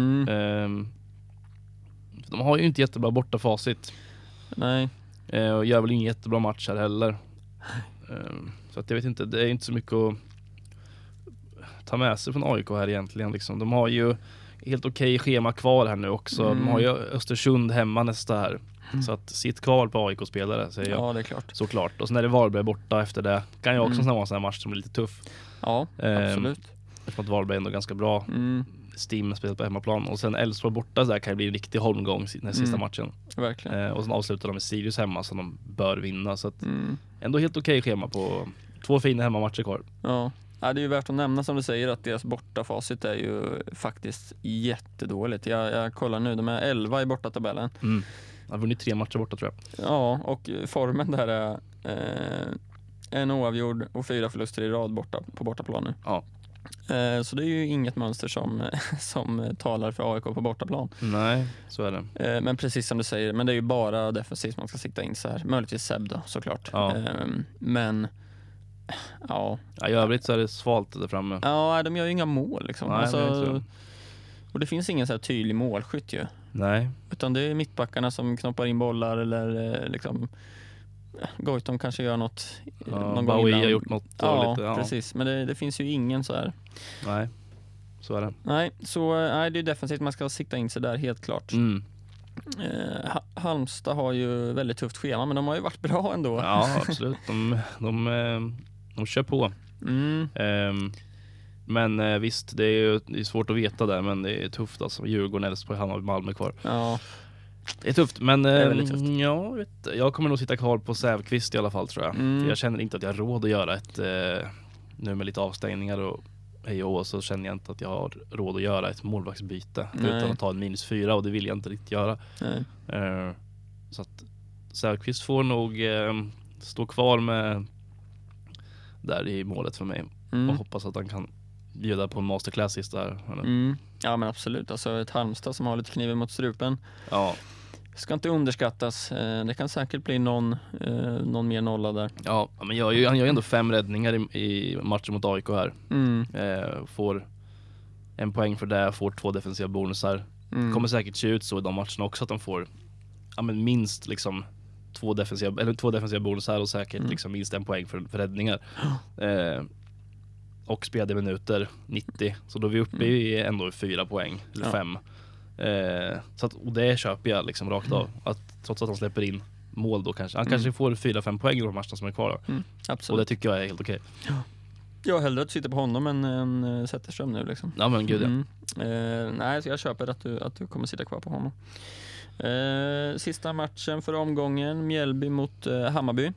De har ju inte jättebra bortafacit. Nej. Och gör väl ingen jättebra match här heller. Så att jag vet inte, det är inte så mycket att ta med sig från AIK här egentligen. Liksom. De har ju helt okej schema kvar här nu också. De har ju Östersund hemma nästa här. Så att sitt kvar på AIK-spelare, säger jag. Ja, det är klart. Såklart. Och sen är det Varberg borta efter det. Kan ju också vara en sån här match som är lite tuff. Ja, absolut. Eftersom att Varberg är ändå ganska bra. Stim spelat på hemmaplan. Och sen Elfsborg borta så där kan det bli en riktig holmgång den sista matchen. Verkligen. Och sen avslutar de med Sirius hemma som de bör vinna. Så att ändå helt okej schema på 2 fina hemmamatcher kvar. Ja. Ja, det är ju värt att nämna som du säger att deras bortafacit är ju faktiskt jättedåligt. Jag kollar nu, de är 11 i bortatabellen. Jag har vunnit 3 matcher borta tror jag. Ja, och formen där är en oavgjord och 4 förluster i rad borta på bortaplan nu. Ja. Så det är ju inget mönster som talar för AIK på bortaplan. Nej, så är det. Men precis som du säger, men det är ju bara defensivt man ska sikta in så här. Möjligtvis Seb då, såklart. Ja. Men ja, i övrigt så är det svalt där framme. Ja, de gör ju inga mål liksom. Nej, alltså, och det finns ingen så här tydlig målskytt ju. Nej. Utan det är mittbackarna som knoppar in bollar eller liksom Goitom kanske gör något någon gång Bowie innan. har gjort något ja, precis. Men det finns ju ingen så här. Nej, så är det. Nej, så det är defensivt man ska sikta in sig där, helt klart. Halmstad har ju väldigt tufft schema, men de har ju varit bra ändå. Ja, absolut. De kör på. Men visst, det är svårt att veta där, men det är tufft alltså. Djurgården, Elfsborg, Hammarby, Malmö kvar. Ja. Det är tufft, men det är väldigt tufft. Ja, jag kommer nog sitta kvar på Sävqvist i alla fall, tror jag. För jag känner inte att jag har råd att göra ett nu med lite avstängningar och hej och så känner jag inte att jag har råd att göra ett målvaktsbyte utan att ta en -4, och det vill jag inte riktigt göra. Så att Sävqvist får nog stå kvar med där i målet för mig och hoppas att han kan bjuda på en masterclass där. Ja, men absolut. Alltså ett Halmstad som har lite kniven mot strupen. Ja. Ska inte underskattas. Det kan säkert bli någon mer nolla där. Ja, men han gör ju ändå 5 räddningar i matchen mot AIK här. Får 1 poäng för det, får 2 defensiva bonusar. Kommer säkert se ut så i de matcherna också att de får minst liksom 2 defensiva bonusar och säkert liksom minst 1 poäng för räddningar. Och spelade minuter 90, så då är vi uppe i ändå 4 poäng eller 5. Så att, och det köper jag liksom rakt av, att trots att han släpper in mål då kanske han kanske får 4-5 poäng i de matcherna som är kvar då. Absolut. Och det tycker jag är helt okej. Jag hellre att sitta på honom än Zetterström nu liksom. Ja, men gud nej, så jag köper att du kommer sitta kvar på honom. Sista matchen för omgången, Mjällby mot Hammarby.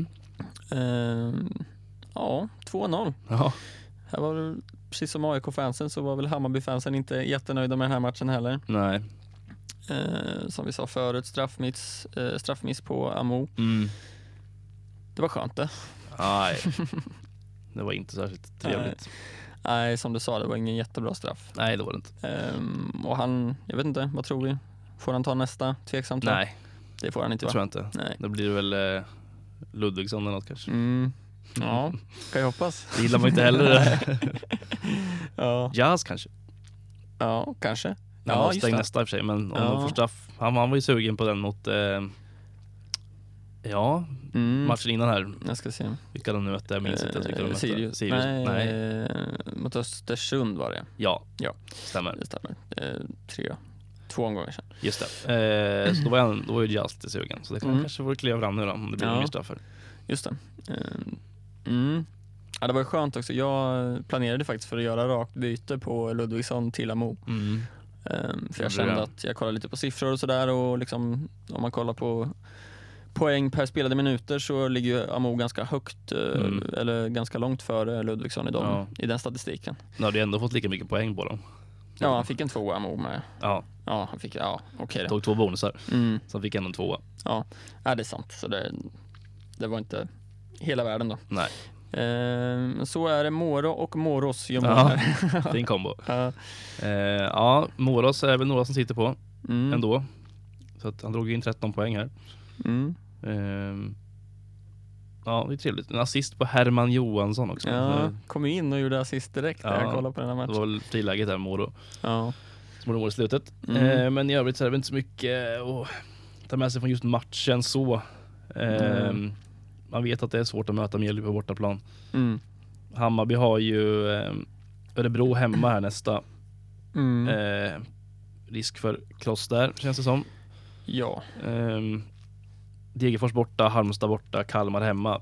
Ja, 2-0. Ja. Här var det, precis som AIK-fansen så var väl Hammarby-fansen inte jättenöjda med den här matchen heller. Nej. Som vi sa förut, straffmiss på Amo. Det var skönt det. Nej. Det var inte särskilt trevligt. Nej, som du sa, det var ingen jättebra straff. Nej, det var det inte. Och han, jag vet inte, vad tror vi? Får han ta nästa? Tveksamt. Nej. Det får han inte, det tror jag inte. Nej. Det blir väl Ludvigsson eller något kanske. Ja, kan jag hoppas. Det gillar man inte heller. Ja. Jazz kanske. Ja, kanske. Ja, stäng nästa i och för sig, men om de får straff. Han var ju sugen på den mot matchen innan här. Jag ska se. Vilka de nu mötte, jag minns inte vilka de mötte. Sirius. Nej. Mot Östersund var det. Ja. Stämmer. Det stämmer. 2 omgångar sedan. Just det. Så då var ju Jazz till sugen. Så det kan kanske få kliva fram nu då, om det blir mer straffar. Just det. Ja, det var skönt också. Jag planerade faktiskt för att göra rakt byte på Ludvigsson till Amo. För jag kände att jag kollade lite på siffror och sådär, och liksom, om man kollar på poäng per spelade minuter så ligger ju Amo ganska högt eller ganska långt före Ludvigsson i den statistiken. Nu har du ändå fått lika mycket poäng på dem. Ja, han fick en 2 Amo med. Ja, han fick, okej. Tog 2 bonusar. Så han fick ändå en 2. Ja, det är sant. Så det var inte hela världen då. Nej. Så är det Moro och Moros gör mål här. Fin kombo. Moros är väl några som sitter på ändå. Så att han drog in 13 poäng här. Ja, det är trevligt. En assist på Herman Johansson också. Ja, kom in och gjorde assist direkt när jag kollade på den här matchen. Det var väl friläget där, Moro. Ja. Som mål i slutet. Men i övrigt så är det inte så mycket att ta med sig från just matchen så. Man vet att det är svårt att möta Mjällby på bortaplan. Hammarby har ju Örebro hemma här nästa. Risk för kross där, känns det som. Ja. Degerfors borta, Halmstad borta, Kalmar hemma.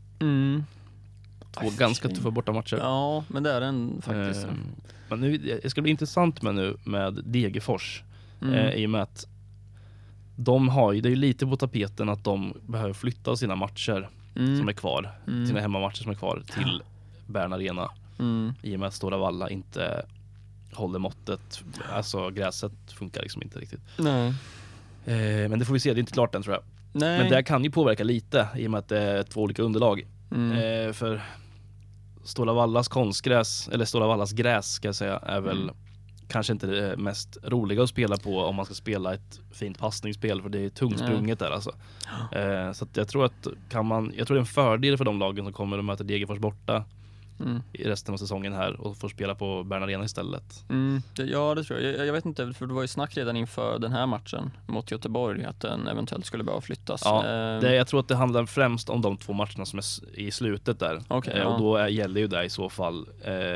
Två ganska tuffa bortamatcher. Ja, men det är den faktiskt. Men nu, det ska bli intressant med Degerfors. I och med att de har ju, det är ju lite på tapeten att de behöver flytta sina matcher som är kvar, sina hemmamatcher som är kvar till Bern Arena. I och med att Stora Valla inte håller måttet. Alltså gräset funkar liksom inte riktigt. Nej. Men det får vi se, det är inte klart än tror jag. Nej. Men det kan ju påverka lite i och med att det är 2 olika underlag. För Stora Vallas konstgräs, eller Stora Vallas gräs ska jag säga, är väl kanske inte det mest roliga att spela på om man ska spela ett fint passningsspel, för det är tungsprunget där alltså. Så att jag tror att jag tror det är en fördel för de lagen som kommer att möta Degerfors borta i resten av säsongen här och får spela på Bern Arena istället. Ja, det tror jag. Jag vet inte, för det var ju snack redan inför den här matchen mot Göteborg att den eventuellt skulle behöva flyttas. Ja, jag tror att det handlar främst om de 2 matcherna som är i slutet där. Och då gäller ju det i så fall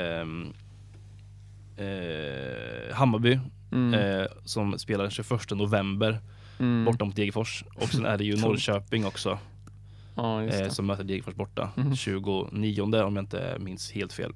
Hammarby som spelar den 21 november borta mot Degerfors. Och sen är det ju Norrköping också. Som möter Degerfors borta 29 om jag inte minns helt fel.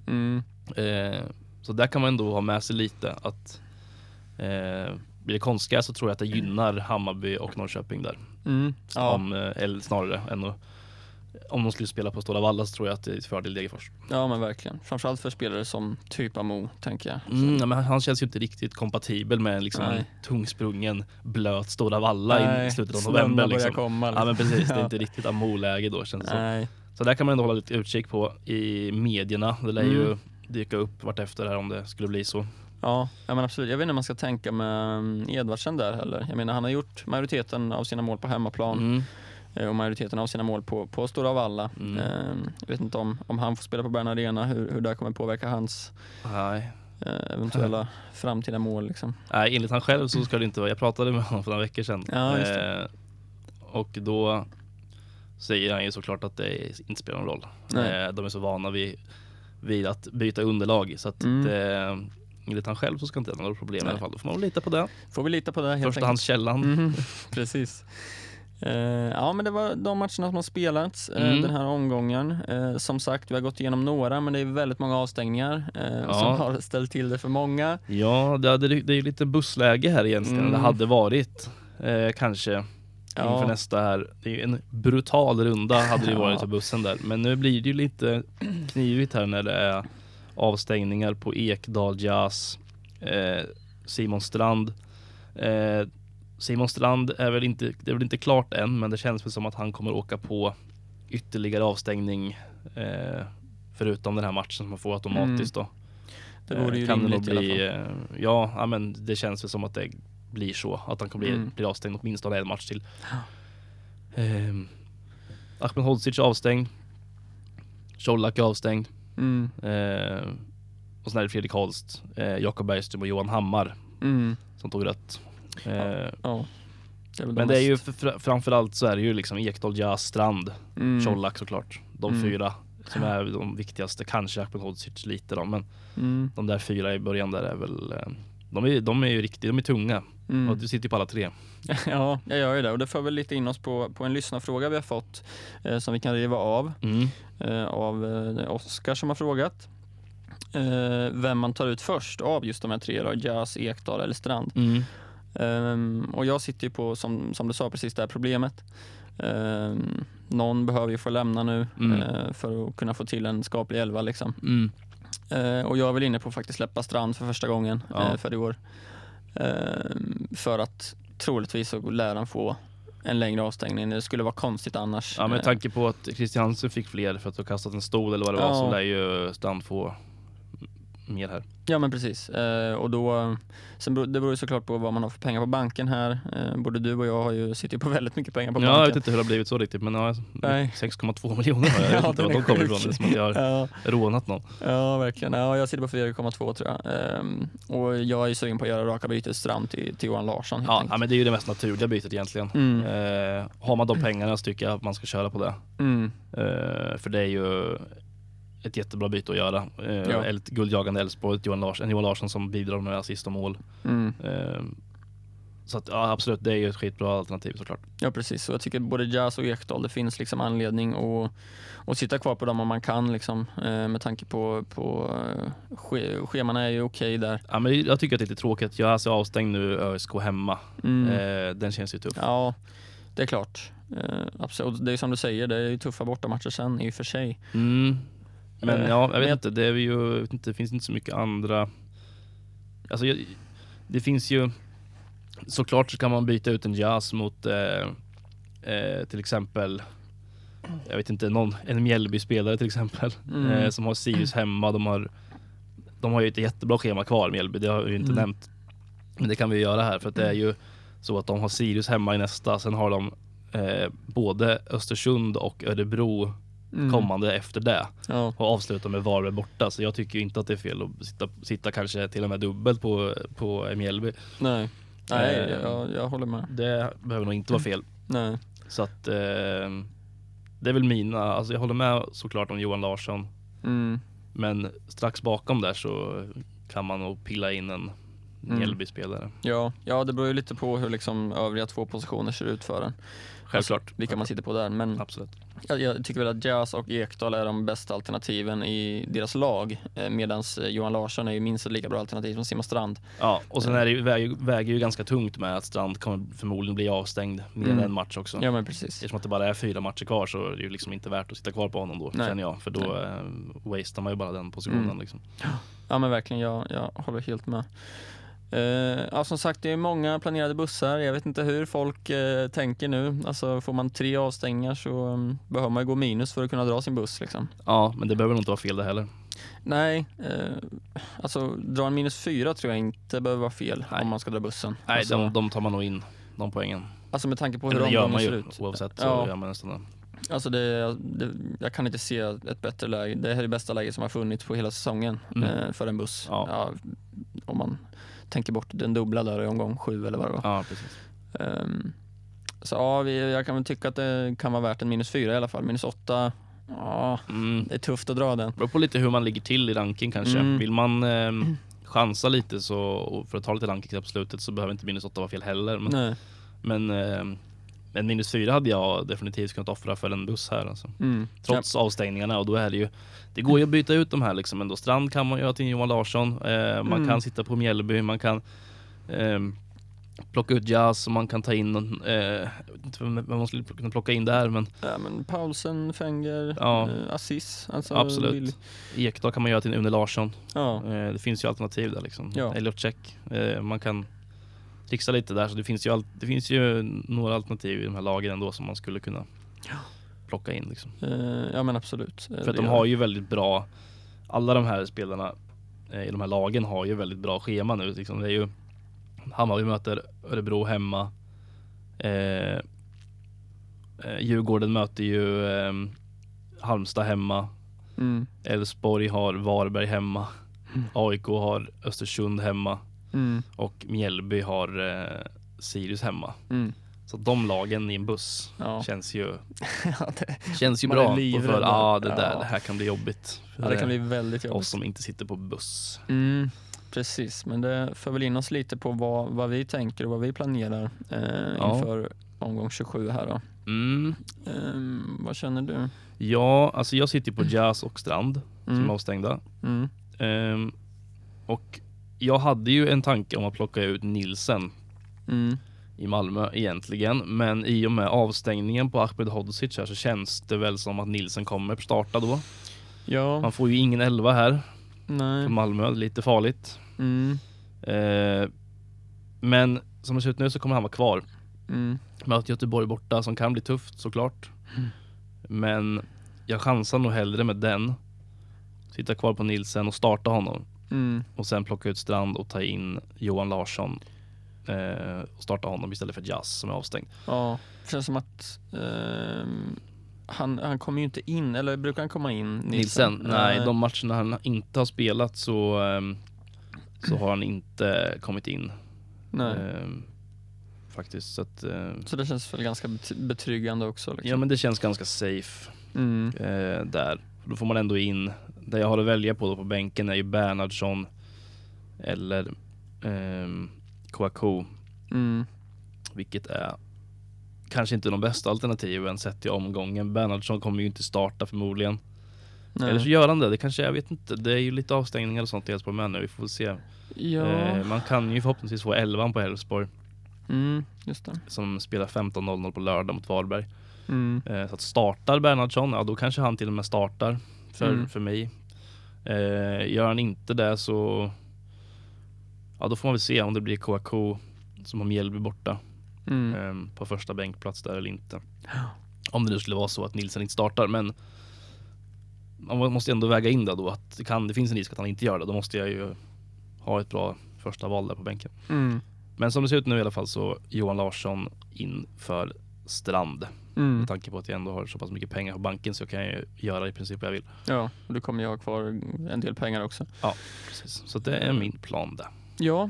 Så där kan man ändå ha med sig lite att blir det konstgräs så tror jag att det gynnar Hammarby och Norrköping där. Eller snarare än om de skulle spela på Stora Valla så tror jag att det är ett fördel Degerfors. Ja, men verkligen. Framförallt för spelare som typ Amo, tänker jag. Men han känns ju inte riktigt kompatibel med liksom en tungsprungen blöt Stora Valla i slutet av november. Liksom. Komma, liksom. Ja, men precis. Det är inte riktigt Amo-läge då, känns det så där kan man ändå hålla lite utkik på i medierna. Det lär ju dyka upp vart efter här om det skulle bli så. Ja, men absolut. Jag vet inte om man ska tänka med Edvardsen där heller. Jag menar, han har gjort majoriteten av sina mål på hemmaplan. Och majoriteten av sina mål på Stora Valla. Jag vet inte om han får spela på Bern Arena, hur det kommer påverka hans eventuella framtida mål liksom. Nej, enligt han själv så ska det inte vara. Jag pratade med honom för några veckor sedan. Och då säger han ju såklart att det inte spelar någon roll. De är så vana vid att byta underlag så att enligt han själv så ska inte det vara några problem i alla fall. Då får man lita på det. Får vi lita på det? Förstahandskällan. Precis. Men det var de matcherna som har spelats den här omgången. Som sagt, vi har gått igenom några, men det är väldigt många avstängningar som har ställt till det för många. Ja, det är ju lite bussläge här egentligen. Det hade varit kanske inför nästa här. Det är ju en brutal runda hade det varit för bussen där. Men nu blir det ju lite knivigt här när det är avstängningar på Ekdal Jazz, Simon Strand. Simon Strand är väl inte klart än, men det känns väl som att han kommer åka på ytterligare avstängning förutom den här matchen som man får automatiskt då. Det vore ju rimligt i alla fall. Men det känns väl som att det blir så att han kommer bli avstängd åtminstone en match till. Ahmed Hodzic avstängd. Colak avstängd. Och sen är det Fredrik Holst, Jakob Bergström och Johan Hammar som tog rött. Men det är ju framförallt så är det ju liksom Ekdal, Jazz, Strand, Colak såklart. De 4 som är de viktigaste. Kanske Ahmed Hodzic lite då, men de där 4 i början där är väl de är ju riktigt, de är tunga. Och du sitter ju på alla 3. Ja, jag gör ju det. Och det för väl lite in oss på en lyssnarfråga vi har fått som vi kan riva av Oskar som har frågat vem man tar ut först av just de här 3 då, Jazz, Ekdal eller Strand. Och jag sitter ju på, som du sa precis, det här problemet. Någon behöver ju få lämna nu för att kunna få till en skaplig 11 liksom. Och jag är väl inne på att faktiskt släppa Strand för första gången för i år. För att troligtvis så lär han få en längre avstängning. Det skulle vara konstigt annars. Ja, med tanke på att Christiansen fick fler för att ha kastat en stol eller vad det var, så lär ju Strand få mer här. Ja, men precis. Och då, sen det beror ju såklart på vad man har för pengar på banken här. Både du och jag sitter ju på väldigt mycket pengar på banken. Jag vet inte hur det har blivit så riktigt, men 6,2 miljoner har jag. Jag vet inte vad de kommer ifrån. Det är som att jag har rånat någon. Ja, verkligen. Ja, jag sitter på 4,2 tror jag. Och jag är ju sugen på att göra raka bytet Strand till Johan Larsson. Ja, men det är ju det mest naturliga bytet egentligen. Har man de pengarna så tycker jag att man ska köra på det. För det är ju ett jättebra byte att göra. Ett guldjagande Elfsborg, en Johan Larsson som bidrar med assist och mål. Så att, ja, absolut, det är ju ett skitbra alternativ såklart. Ja, precis. Och jag tycker både Jazz och Ekdal, det finns liksom anledning att sitta kvar på dem om man kan liksom, med tanke på scheman är ju okej där. Ja, men jag tycker att det är lite tråkigt. Jag är alltså avstängd nu, ÖSK hemma. Den känns ju tuff. Ja, det är klart. Absolut. Det är som du säger, det är ju tuffa bortamatcher sen i och för sig. Men ja, jag vet inte, det är ju det finns inte så mycket andra. Alltså det finns ju såklart, så kan man byta ut en Jazz mot till exempel, jag vet inte, en Mjällby-spelare till exempel, som har Sirius hemma. De har ju ett jättebra schema kvar, Mjällby, det har jag ju inte nämnt. Men det kan vi göra här, för att det är ju så att de har Sirius hemma i nästa, sen har de både Östersund och Örebro kommande efter det, och avsluta med Varberg borta. Så jag tycker inte att det är fel att sitta kanske till och med dubbelt på Mjällby. Nej, jag håller med. Det behöver nog inte vara fel. Nej. Så att det är väl mina, alltså jag håller med såklart om Johan Larsson. Men strax bakom där så kan man nog pilla in en Mjällby-spelare. Ja, det beror ju lite på hur liksom övriga två positioner ser ut för en. Självklart. Vilka man sitter på där. Men absolut. Jag tycker väl att Jazz och Ekdal är de bästa alternativen i deras lag. Medan Johan Larsson är ju minst lika bra alternativ som Simon Strand. Ja, och sen är det väger ju ganska tungt med att Strand kommer förmodligen bli avstängd mer än en match också. Ja, men precis. Eftersom att det bara är 4 matcher kvar så är det ju liksom inte värt att sitta kvar på honom då, känner jag. För då wastear man ju bara den positionen liksom. Ja, men verkligen, jag håller helt med. Ja, som sagt, det är många planerade bussar. Jag vet inte hur folk tänker nu. Alltså, får man 3 avstängningar så behöver man ju gå minus för att kunna dra sin buss liksom. Ja, men det behöver nog inte vara fel det heller. Nej, alltså dra en -4 tror jag inte behöver vara fel. Nej. Om man ska dra bussen. Nej, alltså, de tar man nog in, de poängen. Alltså med tanke på hur omgången ser ut. Oavsett så gör man nästan det. Alltså jag kan inte se ett bättre läge. Det här är det bästa läget som har funnits på hela säsongen för en buss. Ja, om man tänker bort den dubbla där i omgång 7 eller vad det var. Ja, precis. Så ja, jag kan väl tycka att det kan vara värt en -4 i alla fall. -8, ja, det är tufft att dra den. Det beror på lite hur man ligger till i ranking kanske. Vill man chansa lite så, för att ta lite ranking på slutet, så behöver inte -8 vara fel heller. Men en -4 hade jag definitivt kunnat offra för en buss här alltså. Trots avstängningarna, och då är det ju, det går ju att byta ut de här liksom, men då Strand kan man göra till Johan Larsson, man kan sitta på Mjällby, man kan plocka ut Jazz, och man kan ta in man måste kunna plocka in där, men Paulsen, Fenger, Assis, alltså absolut. Ekdal kan man göra till Une Larsson. Det finns ju alternativ där liksom. Elliot Check, man kan trixa lite där, så det finns ju några alternativ i de här lagen ändå som man skulle kunna plocka in liksom. Ja, men absolut. För att de har ju väldigt bra, alla de här spelarna i de här lagen har ju väldigt bra schema nu liksom. Det är ju Hammarby möter Örebro hemma, Djurgården möter ju Halmstad hemma, Elfsborg har Varberg hemma, AIK har Östersund hemma, och Mjällby har Sirius hemma. Så de lagen i en buss känns ju känns ju bra. Det här kan bli jobbigt. Det kan bli väldigt jobbigt. Oss som inte sitter på buss. Precis, men det för väl in oss lite på vad vi tänker och vad vi planerar inför omgång 27 här då. Vad känner du? Ja, alltså jag sitter på Jazz och Strand som är avstängda. Och jag hade ju en tanke om att plocka ut Nilsen. i Malmö egentligen. Men i och med avstängningen på Ahmedhodzic här så känns det väl som att Nilsen kommer starta då. Ja. Man får ju ingen 11 här. Nej. För Malmö, lite farligt. Mm. Men som det ser ut nu så kommer han vara kvar. Möter Göteborg borta som kan bli tufft såklart. Men jag chansar nog hellre med den. Sitta kvar på Nilsen och starta honom. Och sen plocka ut Strand och ta in Johan Larsson och starta honom istället för Jazz som är avstängd. Ja, det känns som att han kommer ju inte in, eller brukar han komma in? Nilsen? Nej, de matcherna han inte har spelat så har han inte kommit in. Nej. Faktiskt. Så det känns väl ganska betryggande också. Liksom. Ja, men det känns ganska safe där. Då får man ändå in, där jag har att välja på bänken är ju Bernhardsson eller Kouakou. Vilket är kanske inte de bästa alternativen sett i omgången. Bernhardsson kommer ju inte starta förmodligen. Nej. Eller så gör han det kanske, jag vet inte. Det är ju lite avstängningar och sånt dels på männen, vi får se. Ja. Man kan ju förhoppningsvis få 11 på Elfsborg. Just det. Som spelar 15:00 på lördag mot Varberg. Så att startar Bernhardsson, ja då kanske han till och med startar för mig. Gör han inte det så ja, då får man väl se om det blir Kouakou som har Mjällby borta på första bänkplats där eller inte. Om det nu skulle vara så att Nilsen inte startar, men man måste ändå väga in då att det finns en risk att han inte gör det. Då måste jag ju ha ett bra första val där på bänken. Men som det ser ut nu i alla fall så Johan Larsson in för Strand. Med tanke på att jag ändå har så pass mycket pengar på banken så kan jag ju göra i princip vad jag vill. Ja, och du kommer ju ha kvar en del pengar också. Ja, precis. Så det är min plan där. Ja,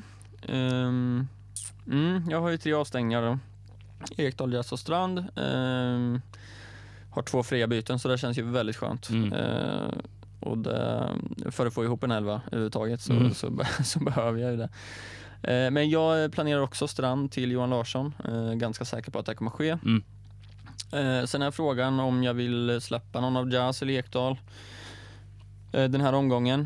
jag har ju 3 avstängningar då. Ekdal, Jazz och Strand. Har 2 fria byten så det känns ju väldigt skönt. Och för att få ihop en 11 överhuvudtaget så behöver jag ju det. Men jag planerar också Strand till Johan Larsson. Ganska säker på att det kommer ske. Sen är frågan om jag vill släppa någon av Jazz eller Ekdal den här omgången.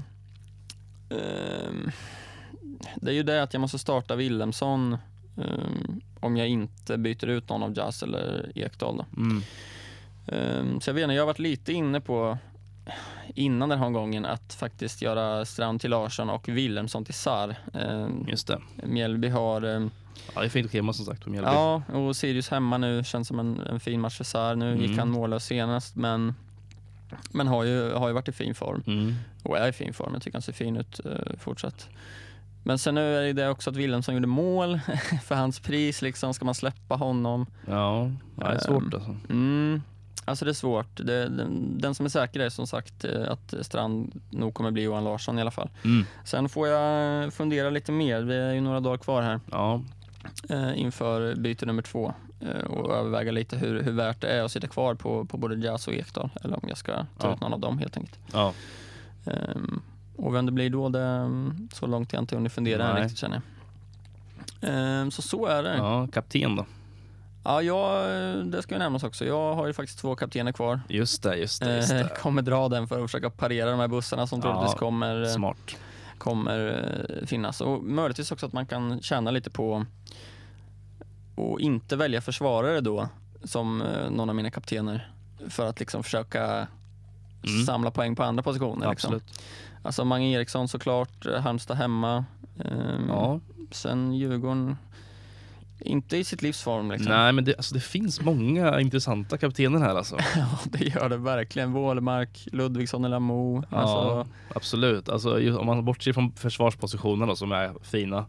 Det är ju det att jag måste starta Willemsson om jag inte byter ut någon av Jazz eller Ekdal då. Så jag vet inte, jag har varit lite inne på innan den här gången att faktiskt göra Strand till Larsson och Willemsson till Sarr. Just det. Mjällby har ja, det är fint schema som sagt på Mjällby. Ja, och Sirius hemma nu känns som en fin match för Sarr. Nu gick han mållös senast men har ju varit i fin form. Och är i fin form, jag tycker han ser fin ut fortsatt. Men sen nu är det också att Willemsson gjorde mål för hans pris liksom, ska man släppa honom? Ja, det är svårt alltså. Alltså det är svårt. Den som är säker är som sagt att Strand nog kommer bli Johan Larsson i alla fall. Sen får jag fundera lite mer. Det är ju några dagar kvar här. Ja. Inför byte nummer 2. Och överväga lite hur värt det är att sitta kvar på både Jazz och Ekdal. Eller om jag ska ta ut någon av dem helt enkelt. Ja. Och vem det blir då, så långt jag inte hunnit fundera riktigt känner jag. Så är det. Ja, kapten då. Ja, det ska ju nämnas också. Jag har ju faktiskt 2 kaptener kvar. Just det. Kommer dra den för att försöka parera de här bussarna som troligtvis kommer finnas. Och möjligtvis också att man kan tjäna lite på och inte välja försvarare då som någon av mina kaptener för att liksom försöka samla poäng på andra positioner. Absolut. Liksom. Alltså Mange Eriksson såklart, Halmstad hemma. Sen Djurgården inte i sitt livsform liksom. Nej, men det finns många intressanta kaptener här alltså. Ja, det gör det verkligen. Wålemark, Ludvigsson eller Mo. Ja, alltså, absolut. Alltså, just, om man bortser från försvarspositionerna som är fina.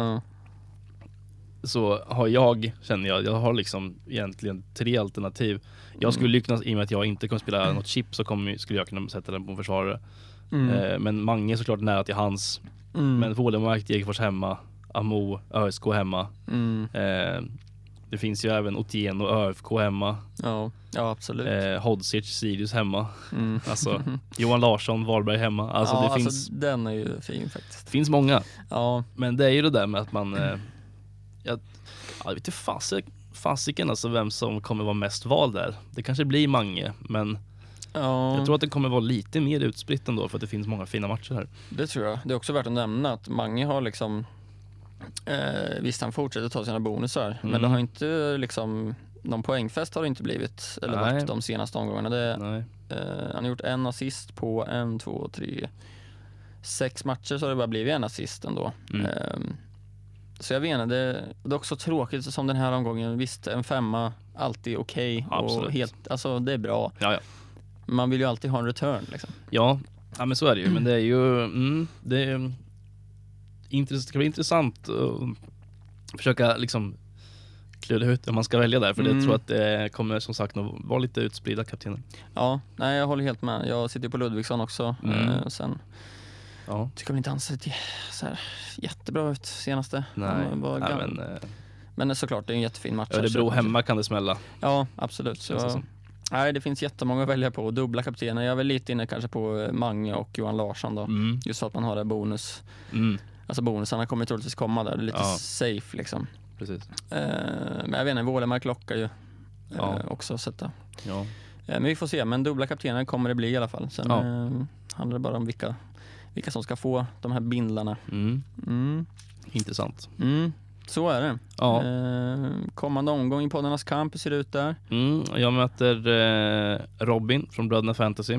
Så har jag har liksom egentligen 3 alternativ. Jag skulle kunna, i och med att jag inte kommer spela något chip så skulle jag kunna sätta den på en försvarare. Men Mange är såklart nära till hans. Men Wålemark, Degerfors hemma, Amo, ÖSK hemma. Det finns ju även Otieno och ÖFK hemma. Ja absolut. Hodzic, Sirius hemma. Alltså Johan Larsson, Varberg hemma. Alltså, det finns, den är ju fin faktiskt. Det finns många. Ja. Men det är ju det där med att man jag vet inte fasiken alltså vem som kommer vara mest vald där. Det kanske blir Mange, men jag tror att det kommer vara lite mer utspritt ändå för att det finns många fina matcher här. Det tror jag. Det är också värt att nämna att Mange har liksom Visst, han fortsätter ta sina bonusar, men det har inte liksom, någon poängfest har det inte blivit, eller varit de senaste omgångarna. Han har gjort en assist på 1, 2, 3, 6 matcher, så har det bara blivit en assist ändå. Så jag vet inte, det är också tråkigt som den här omgången. Visst, en 5 alltid okej, och helt, alltså det är bra. Ja. Man vill ju alltid ha en return liksom. Ja, men så är det ju. Men det är ju det kan bli intressant att försöka liksom klura ut vad man ska välja där. För jag tror att det kommer som sagt nog vara lite utspridda kaptener. Ja, nej, jag håller helt med. Jag sitter på Ludvigsson också. Sen tycker jag inte han sett så här jättebra ut senaste. Men såklart, det är en jättefin match. Örebro hemma kan det smälla. Ja, absolut. Så, nej, det finns jättemånga att välja på. Dubbla kaptener. Jag är väl lite inne kanske på Mange och Johan Larsson då. Just så att man har det bonus. Alltså bonusarna kommer troligtvis komma där. Det är lite safe liksom. Precis. Men jag vet inte, Wålemark lockar ju också att sätta. Ja. Men vi får se. Men dubbla kaptener kommer det bli i alla fall. Sen handlar det bara om vilka som ska få de här bindlarna. Intressant. Så är det. Ja. Kommande omgång i poddarnas kamp ser det ut där. Jag möter Robin från Bröderna Fantasy.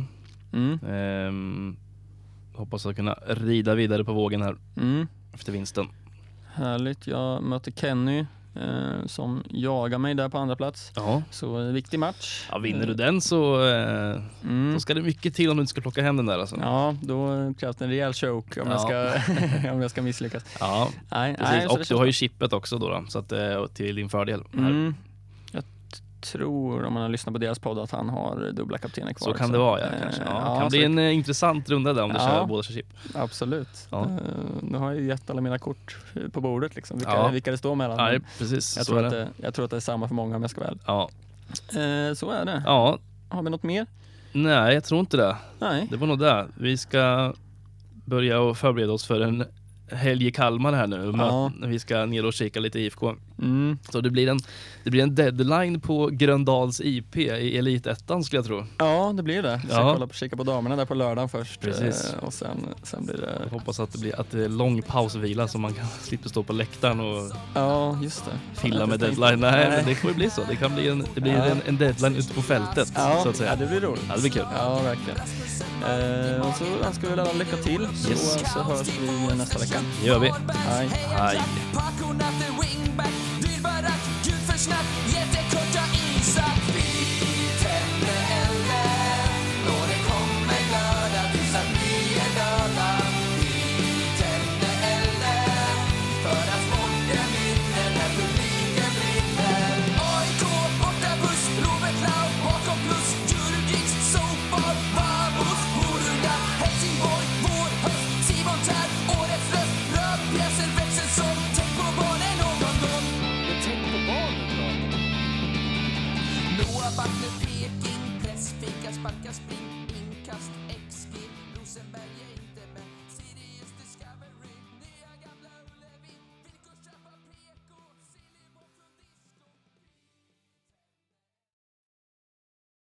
Hoppas att kunna rida vidare på vågen här efter vinsten. Härligt. Jag möter Kenny som jagar mig där på andra plats. Så viktig match. Ja, vinner du den så då ska det mycket till om du inte ska plocka hem den där alltså. Ja, då krävs det en rejäl choke om jag ska misslyckas. Ja, precis. Och du har ju chippet också då så att till din fördel. Jag tror, om man har lyssnat på deras podd, att han har dubbla kaptener kvar. Så kan det vara, kanske. Kan bli en intressant runda där om du kör båda chip. Absolut. Nu har jag ju gett alla mina kort på bordet liksom. Vilka det står mellan. Ja, precis. Jag tror att det är samma för många om jag ska väl. Ja. Så är det. Ja. Har vi något mer? Nej, jag tror inte det. Nej. Det var nog det. Vi ska börja och förbereda oss för en helg i Kalmar här nu. Vi ska ner och kika lite IFK. Så det blir en deadline på Gröndals IP i Elitettan skulle jag tro. Ja, det blir det. Jag ska kika på damerna där på lördagen först. Precis. Och sen blir det... Jag hoppas att det är lång pausvila så man kan slippa stå på läktaren och just det. Pilla med deadline. Nej, men det får ju bli så. Det kan bli en deadline ute på fältet så att säga. Ja, det blir roligt. Ja, det blir kul. Ja, verkligen. Och så önskar vi alla lycka till. Så hörs vi nästa vecka. Det gör vi. Hej. Hej. Gud för snack.